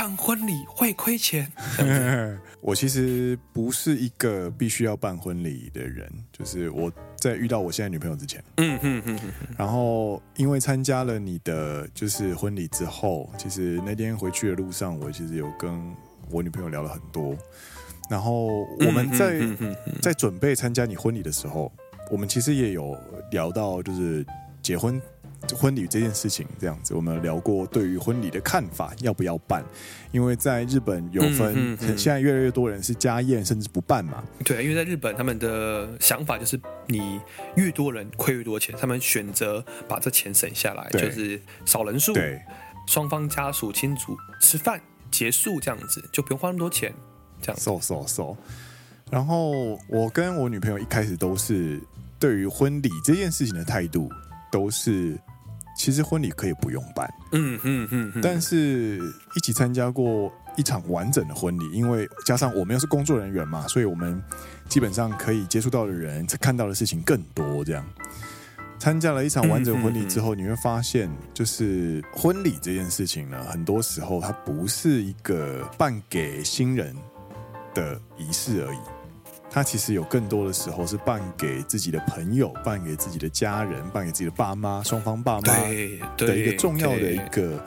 办婚礼会亏钱。 我其实不是一个必须要办婚礼的人，就是我在遇到我现在女朋友之前，然后因为参加了你的就是婚礼之后，其实那天回去的路上，我其实有跟我女朋友聊了很多。然后我们在准备参加你婚礼的时候，我们其实也有聊到就是结婚婚礼这件事情，这样子我们有聊过对于婚礼的看法，要不要办？因为在日本有分，现在越来越多人是家宴甚至不办嘛。 对，因为在日本他们的想法就是你越多人亏越多钱，他们选择把这钱省下来，就是少人数，双方家属亲族吃饭结束这样子，就不用花那么多钱。这样然后我跟我女朋友一开始都是对于婚礼这件事情的态度都是，其实婚礼可以不用办，但是一起参加过一场完整的婚礼，因为加上我们又是工作人员嘛，所以我们基本上可以接触到的人、看到的事情更多。这样参加了一场完整婚礼之后，你会发现，就是婚礼这件事情呢，很多时候它不是一个办给新人的仪式而已，它其实有更多的时候是办给自己的朋友、办给自己的家人、办给自己的爸妈、双方爸妈的一个重要的一个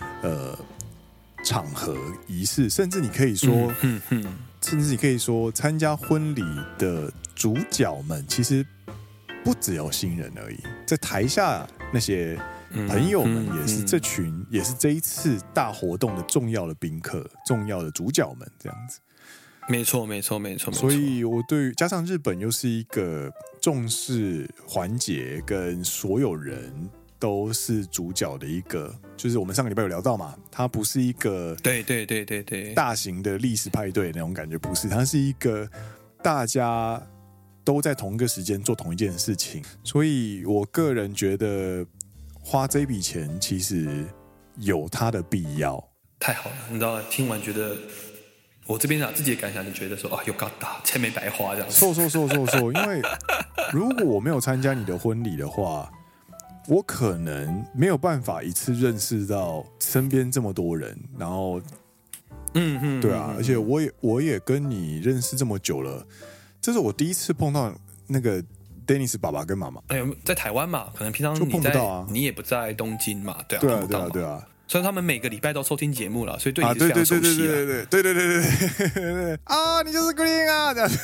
场合仪式，甚至你可以说，参加婚礼的主角们其实不只有新人而已，在台下那些朋友们也是这一次大活动的重要的宾客、重要的主角们，这样子。 没错。 所以我对于加上日本又是一个重视环节跟所有人都是主角的一个，就是我们上个礼拜有聊到嘛，它不是一个对大型的历史派对那种感觉，不是，它是一个大家都在同一个时间做同一件事情，所以我个人觉得花这笔钱其实有它的必要。 太好了，你知道吗？听完觉得。我这边自己的感想就觉得说有够大，钱没白花这样。 因为如果我没有参加你的婚礼的话，我可能没有办法一次认识到身边这么多人，然后，对啊，而且我也跟你认识这么久了，这是我第一次碰到那个 Dennis 爸爸跟妈妈。 在台湾嘛，可能平常就碰不到啊， 你也不在东京嘛，对啊。所以他们每个礼拜都收听节目了，所以对你是非常熟悉了。 对啊，你就是 Green 啊，这样。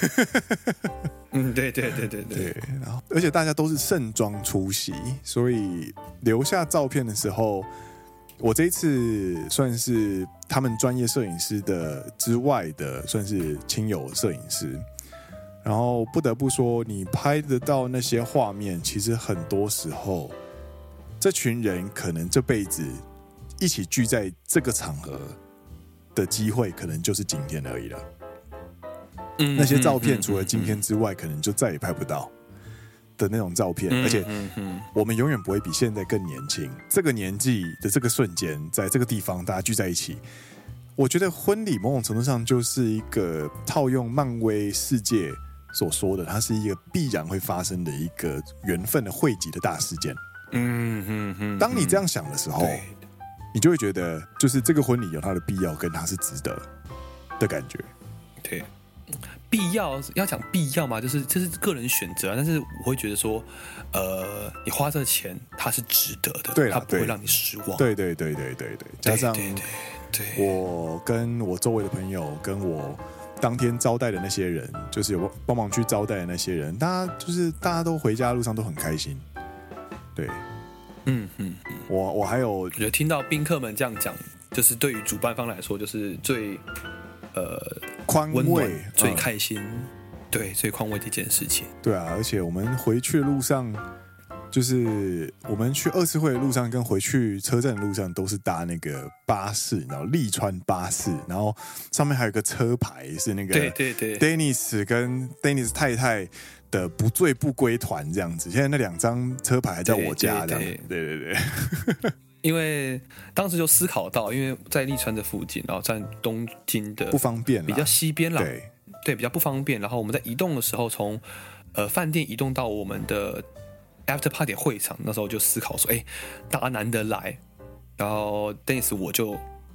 对。 然后，而且大家都是盛装出席，所以留下照片的时候，我这一次算是他们专业摄影师的之外的，算是亲友摄影师。然后不得不说，你拍得到那些画面，其实很多时候，这群人可能这辈子。一起聚在这个场合的机会，可能就是今天而已了。那些照片除了今天之外，可能就再也拍不到的那种照片。而且，我们永远不会比现在更年轻。这个年纪的这个瞬间，在这个地方大家聚在一起，我觉得婚礼某种程度上就是一个套用漫威世界所说的，它是一个必然会发生的一个缘分的汇集的大事件。当你这样想的时候。你就会觉得，就是这个婚礼有它的必要，跟它是值得的感觉。 对，必要要讲必要嘛，就是这是个人选择，但是我会觉得说，你花这钱它是值得的， 对， 它不会让你失望。 对，加上我跟我周围的朋友，跟我当天招待的那些人，就是有帮忙去招待的那些人，大家都回家的路上都很开心，对。我还有， 我觉得听到宾客们这样讲，就是对于主办方来说，就是最宽慰、 最开心，对，最宽慰的一件事情。 对啊，而且我们回去的路上，就是我们去二次会的路上，跟回去车站的路上，都是搭那个巴士，然后立川巴士，然后上面还有个车牌是那个对 Dennis 跟 Dennis 太太。的不醉不归团这样子，现在那2张车牌还在我家这样。对。 因为当时就思考到，因为在立川的附近，然后在东京的不方便， 比较西边啦，对，比较不方便。然后我们在移动的时候，从饭店移动到我们的 after party 会场，那时候就思考说，大家难得来，然后 Dennis 我就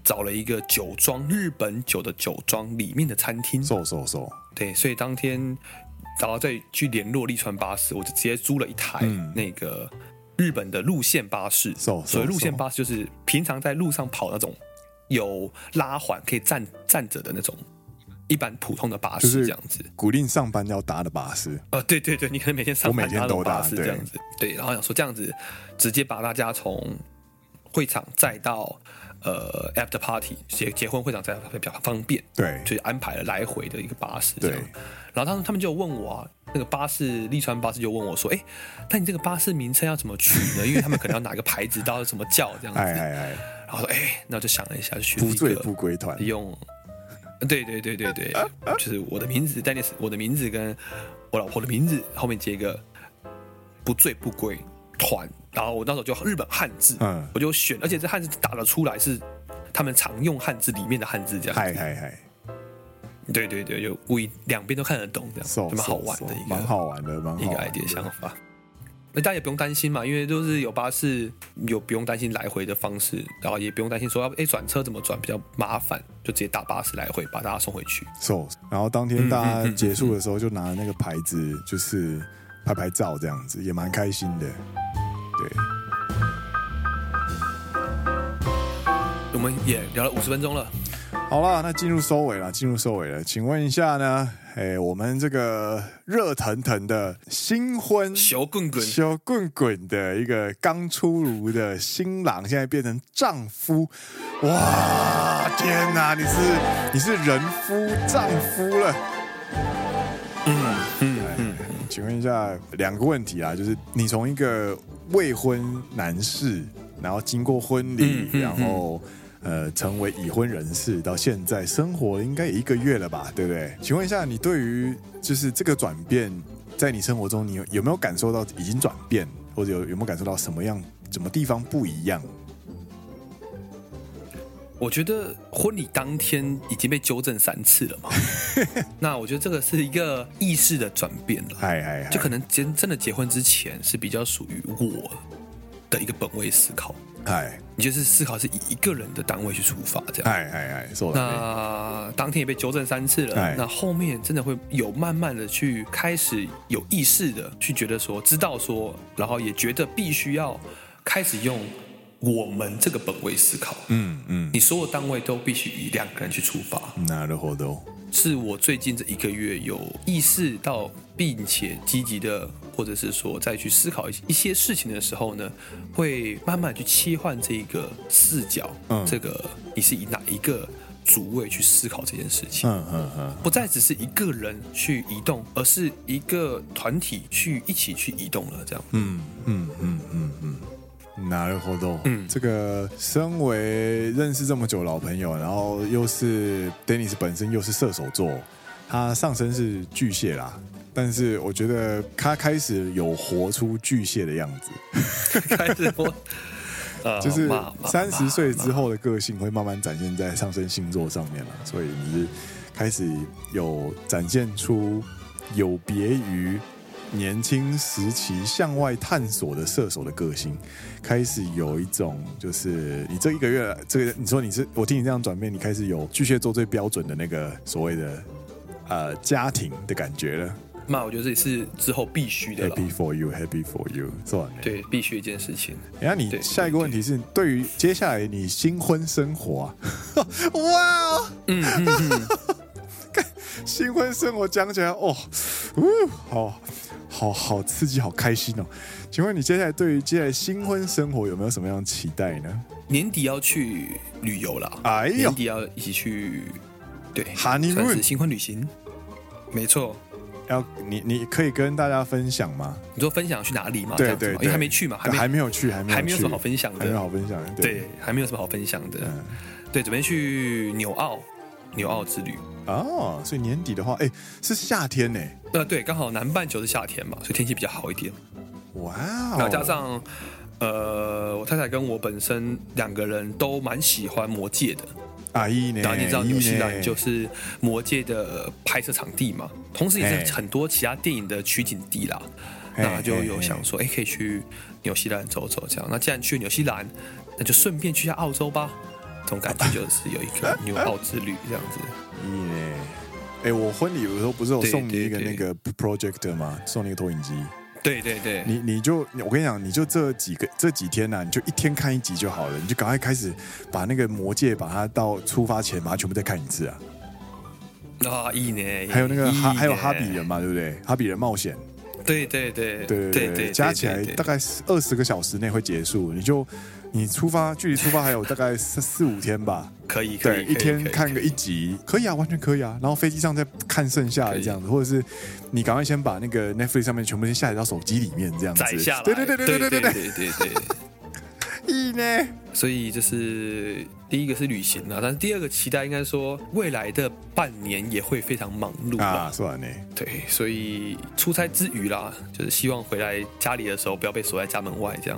找了一个酒庄，日本酒的酒庄里面的餐厅。对，所以当天然后再去联络利川巴士，我就直接租了一台那个日本的路线巴士。所谓路线巴士就是平常在路上跑那种有拉环可以站着的那种一般普通的巴士这样子， 就是固定上班要搭的巴士。 对，你可能每天上班搭的巴士这样子。对，然后想说这样子直接把大家从会场载到after party 结婚会场载比较方便。 对， 所以安排了来回的一个巴士这样。然后他们就问我啊，那个巴士利川巴士就问我说：“那你这个巴士名称要怎么取呢？因为他们可能要拿个牌子，到底怎么叫这样子。”然后说：“那我就想了一下，就取了一个不醉不归团， 用。”对，就是我的名字，我的名字跟我老婆的名字后面接一个不醉不归团。然后我那时候就日本汉字，我就选，而且这汉字打得出来是他们常用汉字里面的汉字这样子。对，就故意两边都看得懂，这样蛮好玩的一个， 蛮好玩的一个 idea 想法。那大家也不用担心嘛，因为都是有巴士，有不用担心来回的方式，然后也不用担心说转车怎么转比较麻烦，就直接搭巴士来回把大家送回去。 然后当天大家结束的时候就拿那个牌子，就是拍照这样子，也蛮开心的。对， 我们也聊了50分钟了。 好了，那进入收尾了。请问一下呢，我们这个热腾腾的新婚小棍棍的一个刚出炉的新郎，现在变成丈夫，哇，天哪，你是人夫丈夫了。请问一下2个问题啊，就是你从一个未婚男士，然后经过婚礼，然后成为已婚人士，到现在生活应该也1个月了吧，对不对？请问一下，你对于就是这个转变，在你生活中，你有没有感受到已经转变，或者有没有感受到什么地方不一样？ 我觉得婚礼当天已经被纠正3次了嘛，那我觉得这个是一个意识的转变了，就可能真的结婚之前是比较属于我的一个本位思考，你就是思考是以一个人的单位去出发这样，那当天也被纠正3次了，那后面真的会有慢慢的去开始有意识的去觉得说，知道说，然后也觉得必须要开始用我们这个本位思考，你所有单位都必须以2个人去出发。 なるほど。 是我最近这1个月有意识到，并且积极的，或者是说再去思考一些事情的时候呢，会慢慢去切换这个视角，这个你是以哪一个主位去思考这件事情，不再只是一个人去移动，而是一个团体一起去移动了，这样。 なるほど。这个身为认识这么久的老朋友，然后又是 Dennis 本身又是射手座，他上升是巨蟹啦，但是我觉得他开始有活出巨蟹的样子， 开始活。 就是30岁之后的个性会慢慢展现在上升星座上面了，所以你是开始有展现出有别于年轻时期向外探索的射手的个性，开始有一种就是你这1个月，这个你说我听你这样转变，你开始有巨蟹座最标准的那个所谓的家庭的感觉了。 那我觉得这也是之后必须的了。 Happy for you, happy for you， 是吧？ 对，必须一件事情。 然后你下一个问题是，对于接下来你新婚生活啊，哇，新婚生活讲起来好刺激，好开心哦！请问你接下来对于接下来新婚生活有没有什么样的期待呢？ 年底要去旅游啦，年底要一起去，对，算是新婚旅行，没错。 你可以跟大家分享吗？ 你说分享去哪里吗？ 对， 因为还没去嘛， 还没有去， 还没有什么好分享的， 对， 还没有什么好分享的。对，准备去纽澳之旅。 所以年底的话，是夏天呢。 对，刚好南半球是夏天嘛，所以天气比较好一点。 哇， 然后加上我太太跟我本身2个人都蛮喜欢魔戒的。然后你知道纽西兰就是魔戒的拍摄场地嘛，同时也是很多其他电影的取景地啦。那就有想说，可以去纽西兰走走这样。那既然去纽西兰，那就顺便去一下澳洲吧。 这种感觉就是有一个纽澳之旅这样子。 我婚礼有时候不是有送你一个那个 projector 吗？送你一个投影机。 对对对， 我跟你讲，你就这几天啊，你就一天看一集就好了，你就赶快开始把那个魔戒，把它到出发前把它全部再看一次啊。 いいね。 还有那个还有哈比人嘛，对不对？哈比人冒险。 对， 加起来大概20个小时内会结束。你距离出发还有大概4-5天吧。 可以， 一天看个1集，可以啊，完全可以啊。然后飞机上再看剩下的这样子，或者是你赶快先把那个 Netflix 上面全部先下载到手机里面这样子， 载下来。 对。いいね。 所以这是第一个是旅行啊，但是第二个期待应该说未来的半年也会非常忙碌啊， 是吧？ 对，所以出差之余啦，就是希望回来家里的时候不要被锁在家门外这样。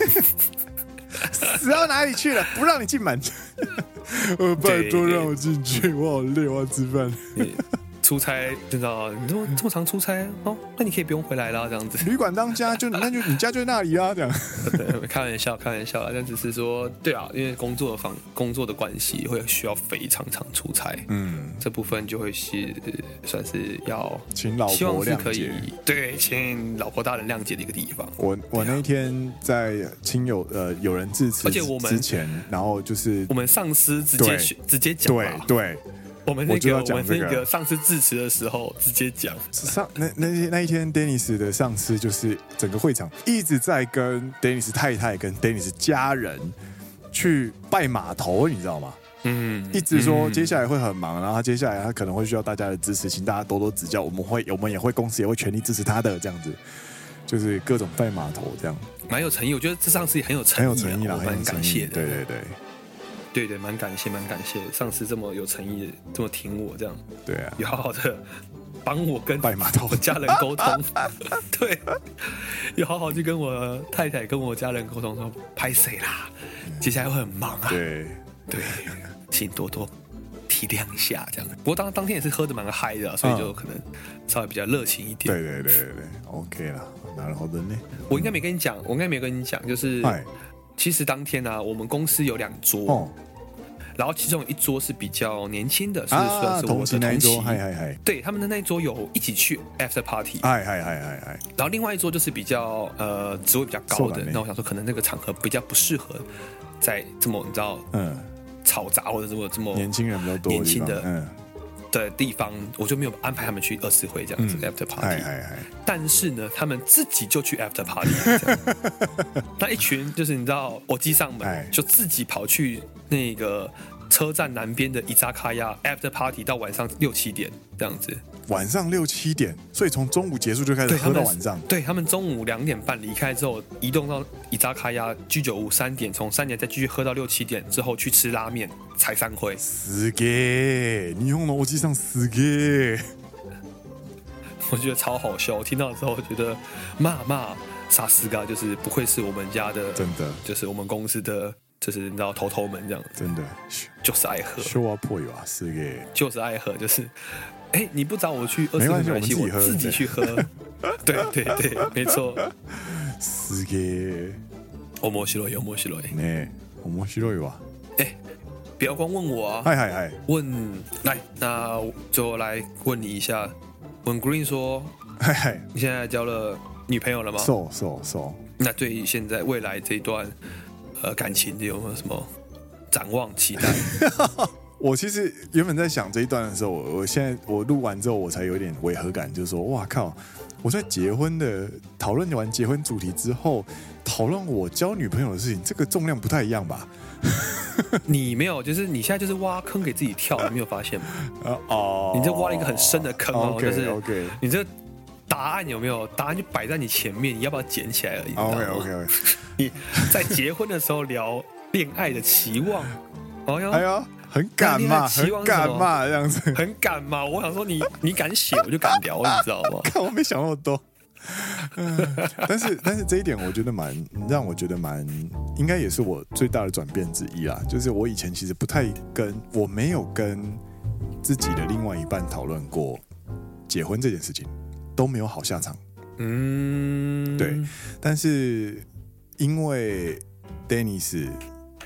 死到哪里去了？不让你进门。拜托让我进去，我好累，我要吃饭。 出差，你知道你这么常出差哦，那你可以不用回来啦，这样子。 旅馆当家那就你家就在那里啊，这样。 对，开玩笑啦，但只是说，对啊，因为工作的关系，会需要非常常出差，这部分就会是算是要请老婆谅解， 对，请老婆大人谅解的一个地方。 我那一天在亲友有人致辞之前，然后就是我们上司直接讲， 对。我们那个上司致辞的时候直接讲， 那一天 Dennis 的上司就是整个会场一直在跟 Dennis 太太跟 Dennis 家人去拜码头，你知道吗？一直说接下来会很忙，然后接下来他可能会需要大家的支持，请大家多多指教，我们也会公司也会全力支持他的这样子，就是各种拜码头这样， 蛮有诚意。我觉得这上司也很有诚意啦，蛮感谢的。对，蛮感谢上司这么有诚意，这么挺我这样。 对啊， 有好好的帮我跟我家人沟通。对，有好好去跟我太太跟我家人沟通说拍谁啦，接下来会很忙啊。对，请多多体谅一下这样。不过当天也是喝得蛮嗨的，所以就可能稍微比较热情一点。 对 ，OK 啦，然后呢？ 我应该没跟你讲，就是其实当天啊，我们公司有2桌。然后其中一桌是比较年轻的，算是我的同期。对，他们的那一桌有一起去 after party。然后另外一桌就是比较职位比较高的，那我想说可能那个场合比较不适合在这么你知道嘈杂或者这么年轻人比较多的地方，我就没有安排他们去20会这样子 after party。但是呢，他们自己就去 after party。那一群就是你知道，我机上门就自己跑去那个车站南边的伊扎卡亚 after party 到晚上6-7点这样子。 晚上6-7点，所以从中午结束就开始喝到晚上。 对，他们中午2点半离开之后，移动到伊扎卡亚居酒屋3点，从3点再继续喝到6-7点之后去吃拉面，才3会。 すげえ，日本のおじさんすげえ。 我觉得超好笑，我听到之后觉得骂萨斯嘎就是不愧是我们家的， 真的就是我们公司的，就是你知道头们这样子， 真的就是爱喝， show up 啊，是个就是爱喝，就是你不找我去20会没关系，我自己去喝，对，没错， すげえ， 面白いね、面白いわ。 不要光问我啊， 嗨， 问来，那就来问你一下。问 Green 说：“你现在交了女朋友了吗？”那对于现在未来这一段感情有没有什么展望期待？ 我其实原本在想这一段的时候，我录完之后，我才有点违和感，就是说，哇靠！我在讨论完结婚主题之后，讨论我交女朋友的事情，这个重量不太一样吧？ 你没有，就是你现在就是挖坑给自己跳，你没有发现吗？你这挖了一个很深的坑哦，就是你这答案有没有？答案就摆在你前面，你要不要捡起来而已。 OK， 你在结婚的时候聊恋爱的期望， 哎呀，很敢嘛，这样子， 很敢嘛。我想说你敢写，我就敢聊，你知道吗？ 看我没想那么多。但是这一点我觉得让我觉得应该也是我最大的转变之一啦。就是我以前其实我没有跟自己的另外一半讨论过结婚这件事情，都没有好下场。对。但是因为 Dennis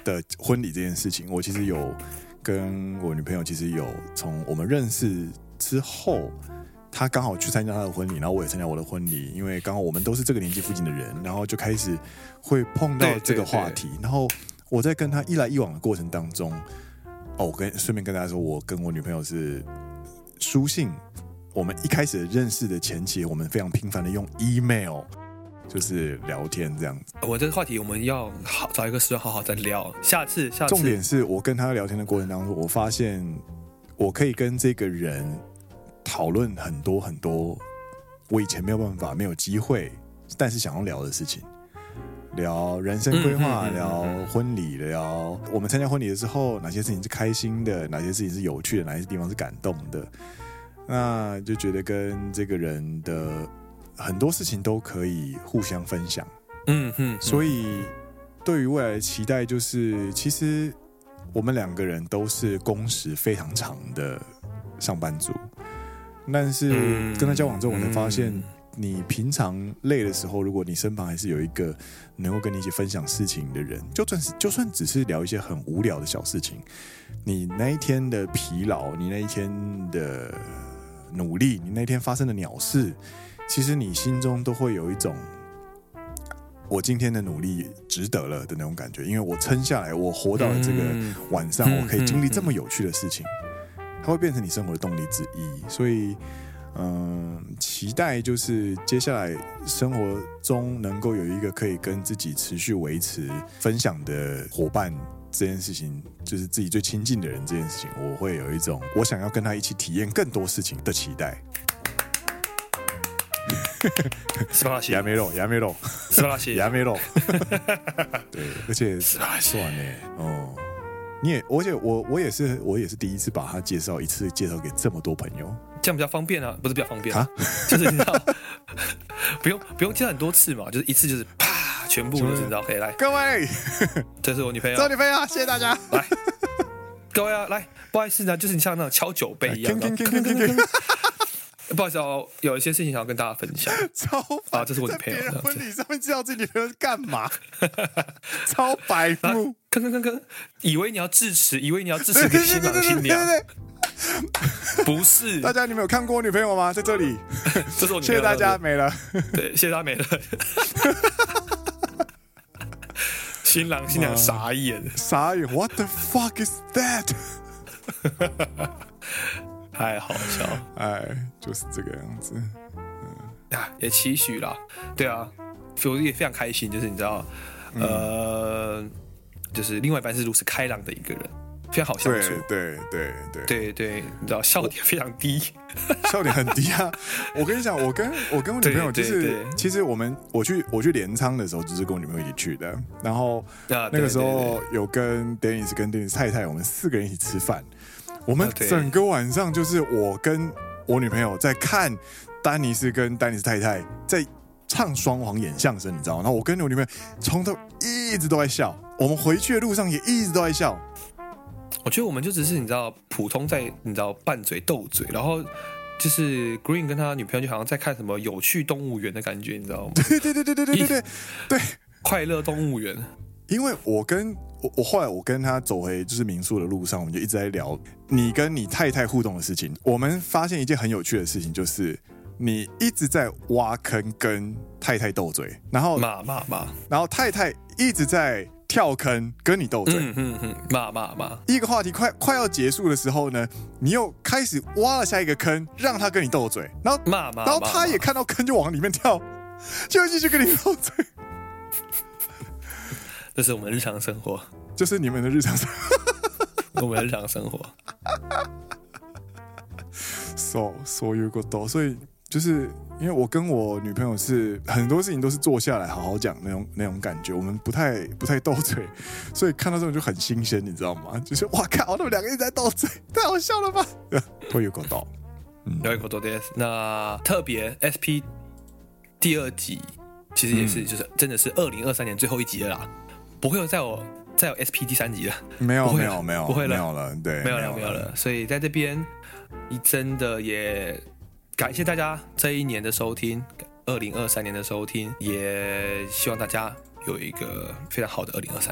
的婚礼这件事情，我其实有跟我女朋友其实有从我们认识之后，她刚好去参加她的婚礼，然后我也参加我的婚礼，因为刚好我们都是这个年纪附近的人，然后就开始会碰到这个话题，然后我在跟她一来一往的过程当中，我顺便跟大家说，我跟我女朋友是书信，我们一开始认识的前期，我们非常频繁的用 email。就是聊天这样子。 我这个话题我们要找一个时段好好再聊。下次。 重点是我跟他聊天的过程当中，我发现我可以跟这个人讨论很多很多我以前没有办法、没有机会，但是想要聊的事情。聊人生规划，聊婚礼，聊我们参加婚礼的时候，哪些事情是开心的，哪些事情是有趣的，哪些地方是感动的。那就觉得跟这个人的很多事情都可以互相分享，所以对于未来的期待就是，其实我们两个人都是工时非常长的上班族，但是跟他交往之后，我才发现，你平常累的时候，如果你身旁还是有一个能够跟你一起分享事情的人，就算只是聊一些很无聊的小事情，你那一天的疲劳，你那一天的努力，你那一天发生的鸟事。其实你心中都会有一种我今天的努力值得了的那种感觉，因为我撑下来，我活到了这个晚上，我可以经历这么有趣的事情，它会变成你生活的动力之一。所以期待就是接下来生活中能够有一个可以跟自己持续维持分享的伙伴，这件事情就是自己最亲近的人，这件事情我会有一种我想要跟他一起体验更多事情的期待。 素晴らしい。 やめろ。 素晴らしい。 やめろ。对，而且算呢，而且我也是第一次把他介绍给这么多朋友， 这样比较方便啊，不是比较方便啊，就是你知道，不用介绍很多次嘛，就是一次就是啪，全部就是你知道，可以来。 各位， 这是我女朋友， 谢谢大家， 来，各位啊，来，不好意思呢，就是你像那种敲酒杯一样。不好意思哦，有一些事情想要跟大家分享。 超烦啊！这是我女朋友。 在别人婚礼上面知道自己女朋友是干嘛？超白目！ 吭，以为你要致辞给新郎新娘。对，不是。 大家你们有看过我女朋友吗？在这里。 这是我女朋友。 谢谢大家，没了。 对，谢谢大家没了。新郎新娘傻眼 ！What the fuck is that？ 太好笑， 就是这个样子， 也期许啦，对啊，我也非常开心，就是你知道，就是另外一半是如此开朗的一个人，非常好相处， 对， 你知道笑点非常低， 笑点很低啊！我跟你讲，我跟我女朋友就是，其实我去镰仓的时候，就是跟我女朋友一起去的，然后那个时候有跟 Dennis 太太，我们4个人一起吃饭。我们整个晚上就是我跟我女朋友在看丹尼斯跟丹尼斯太太在唱双簧演相声，你知道吗？然后我跟我女朋友从头一直都在笑，我们回去的路上也一直都在笑。 我觉得我们就只是你知道普通在你知道拌嘴斗嘴，然后就是 Green 跟他女朋友就好像在看什么有趣动物园的感觉，你知道吗？对，快乐动物园。 因为我后来我跟他走回就是民宿的路上，我们就一直在聊你跟你太太互动的事情。我们发现一件很有趣的事情，就是你一直在挖坑跟太太斗嘴，然后骂， 然后太太一直在跳坑跟你斗嘴， 骂。 一个话题快要结束的时候呢，你又开始挖了下一个坑，让他跟你斗嘴，然后骂， 然后他也看到坑就往里面跳，就继续跟你斗嘴。 这是我们日常生活， 就是你们的日常生活， 我们的日常生活。 そういうこと。所以就是因为我跟我女朋友是很多事情都是坐下来好好讲那种感觉，我们不太斗嘴，所以看到这种就很新鲜，你知道吗？就是哇靠，他们两个一直在斗嘴，太好笑了吧？そういうこと。 そういうことです。那特别 SP 第2集，其实也是就是真的是2023年最后一集了啦。不会有再有 SP 第3集了， 没有， 不会了， 没有了，对， 没有了。所以在这边，真的也感谢大家这一年的收听，2023年的收听，也希望大家有一个非常好的2023年。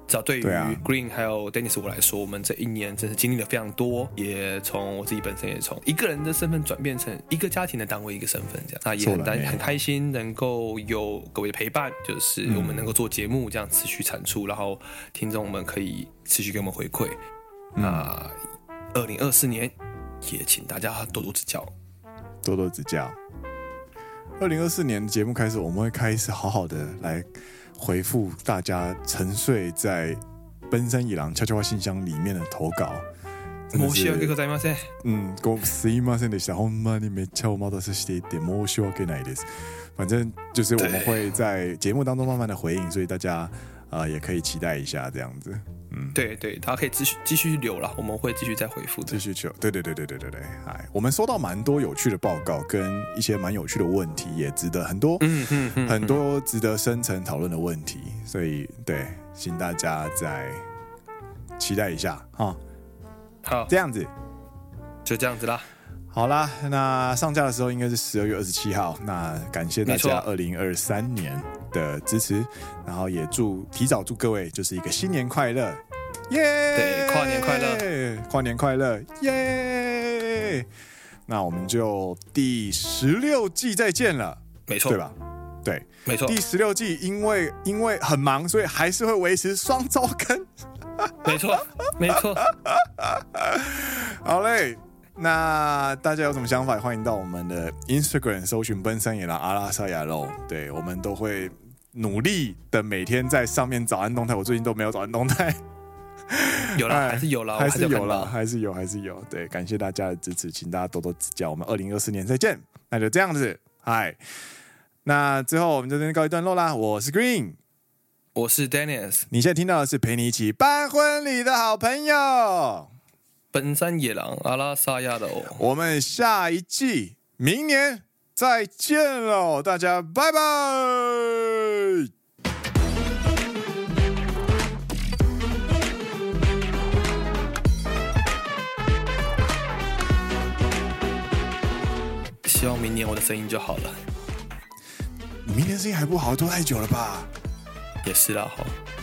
至少对于 Green 还有 Dennis 我来说，我们这一年真是经历了非常多，也从我自己本身也从一个人的身份转变成一个家庭的单位一个身份这样，那也很开心能够有各位的陪伴，就是我们能够做节目这样持续产出，然后听众们可以持续给我们回馈。那2024年也请大家多多指教， 多多指教。2024年节目开始，我们会开始好好的来回复大家沉睡在奔山野狼悄悄话信箱里面的投稿。 申し訳ございません。 すいませんでした。ほんまにめっちゃお待たせしていて申し訳ないです。反正就是我们会在节目当中慢慢的回应，所以大家也可以期待一下这样子。 对对，大家可以继续留啦，我们会继续再回复的。 继续求，对，我们收到蛮多有趣的报告，跟一些蛮有趣的问题，也值得很多值得深层讨论的问题，所以对，请大家再期待一下哈。 好， 这样子， 就这样子啦。 好啦，那上架的时候应该是12月27号。那感谢大家2023年的支持，然后也提早祝各位就是一个新年快乐，耶！ 对，跨年快乐， 跨年快乐，耶！那我们就第16季再见了， 没错， 对吧？对， 没错。 第16季因为很忙，所以还是会维持双周更。 没错，没错。 好嘞。那大家有什么想法，欢迎到我们的 Instagram 搜寻奔山野狼阿拉萨亚肉，对，我们都会努力的每天在上面早安动态。我最近都没有早安动态， 有啦，还是有啦， 还是有。对，感谢大家的支持，请大家多多指教。我们2024年再见，那就这样子，嗨。那最后我们这边告一段落啦。我是 Green， 我是 Dennis， 你现在听到的是陪你一起办婚礼的好朋友。 奔山野狼阿拉萨亚的哦， 我们下一季明年再见喽，大家拜拜。 希望明年我的声音就好了。 你明年声音还不好，拖太久了吧？ 也是啦，好。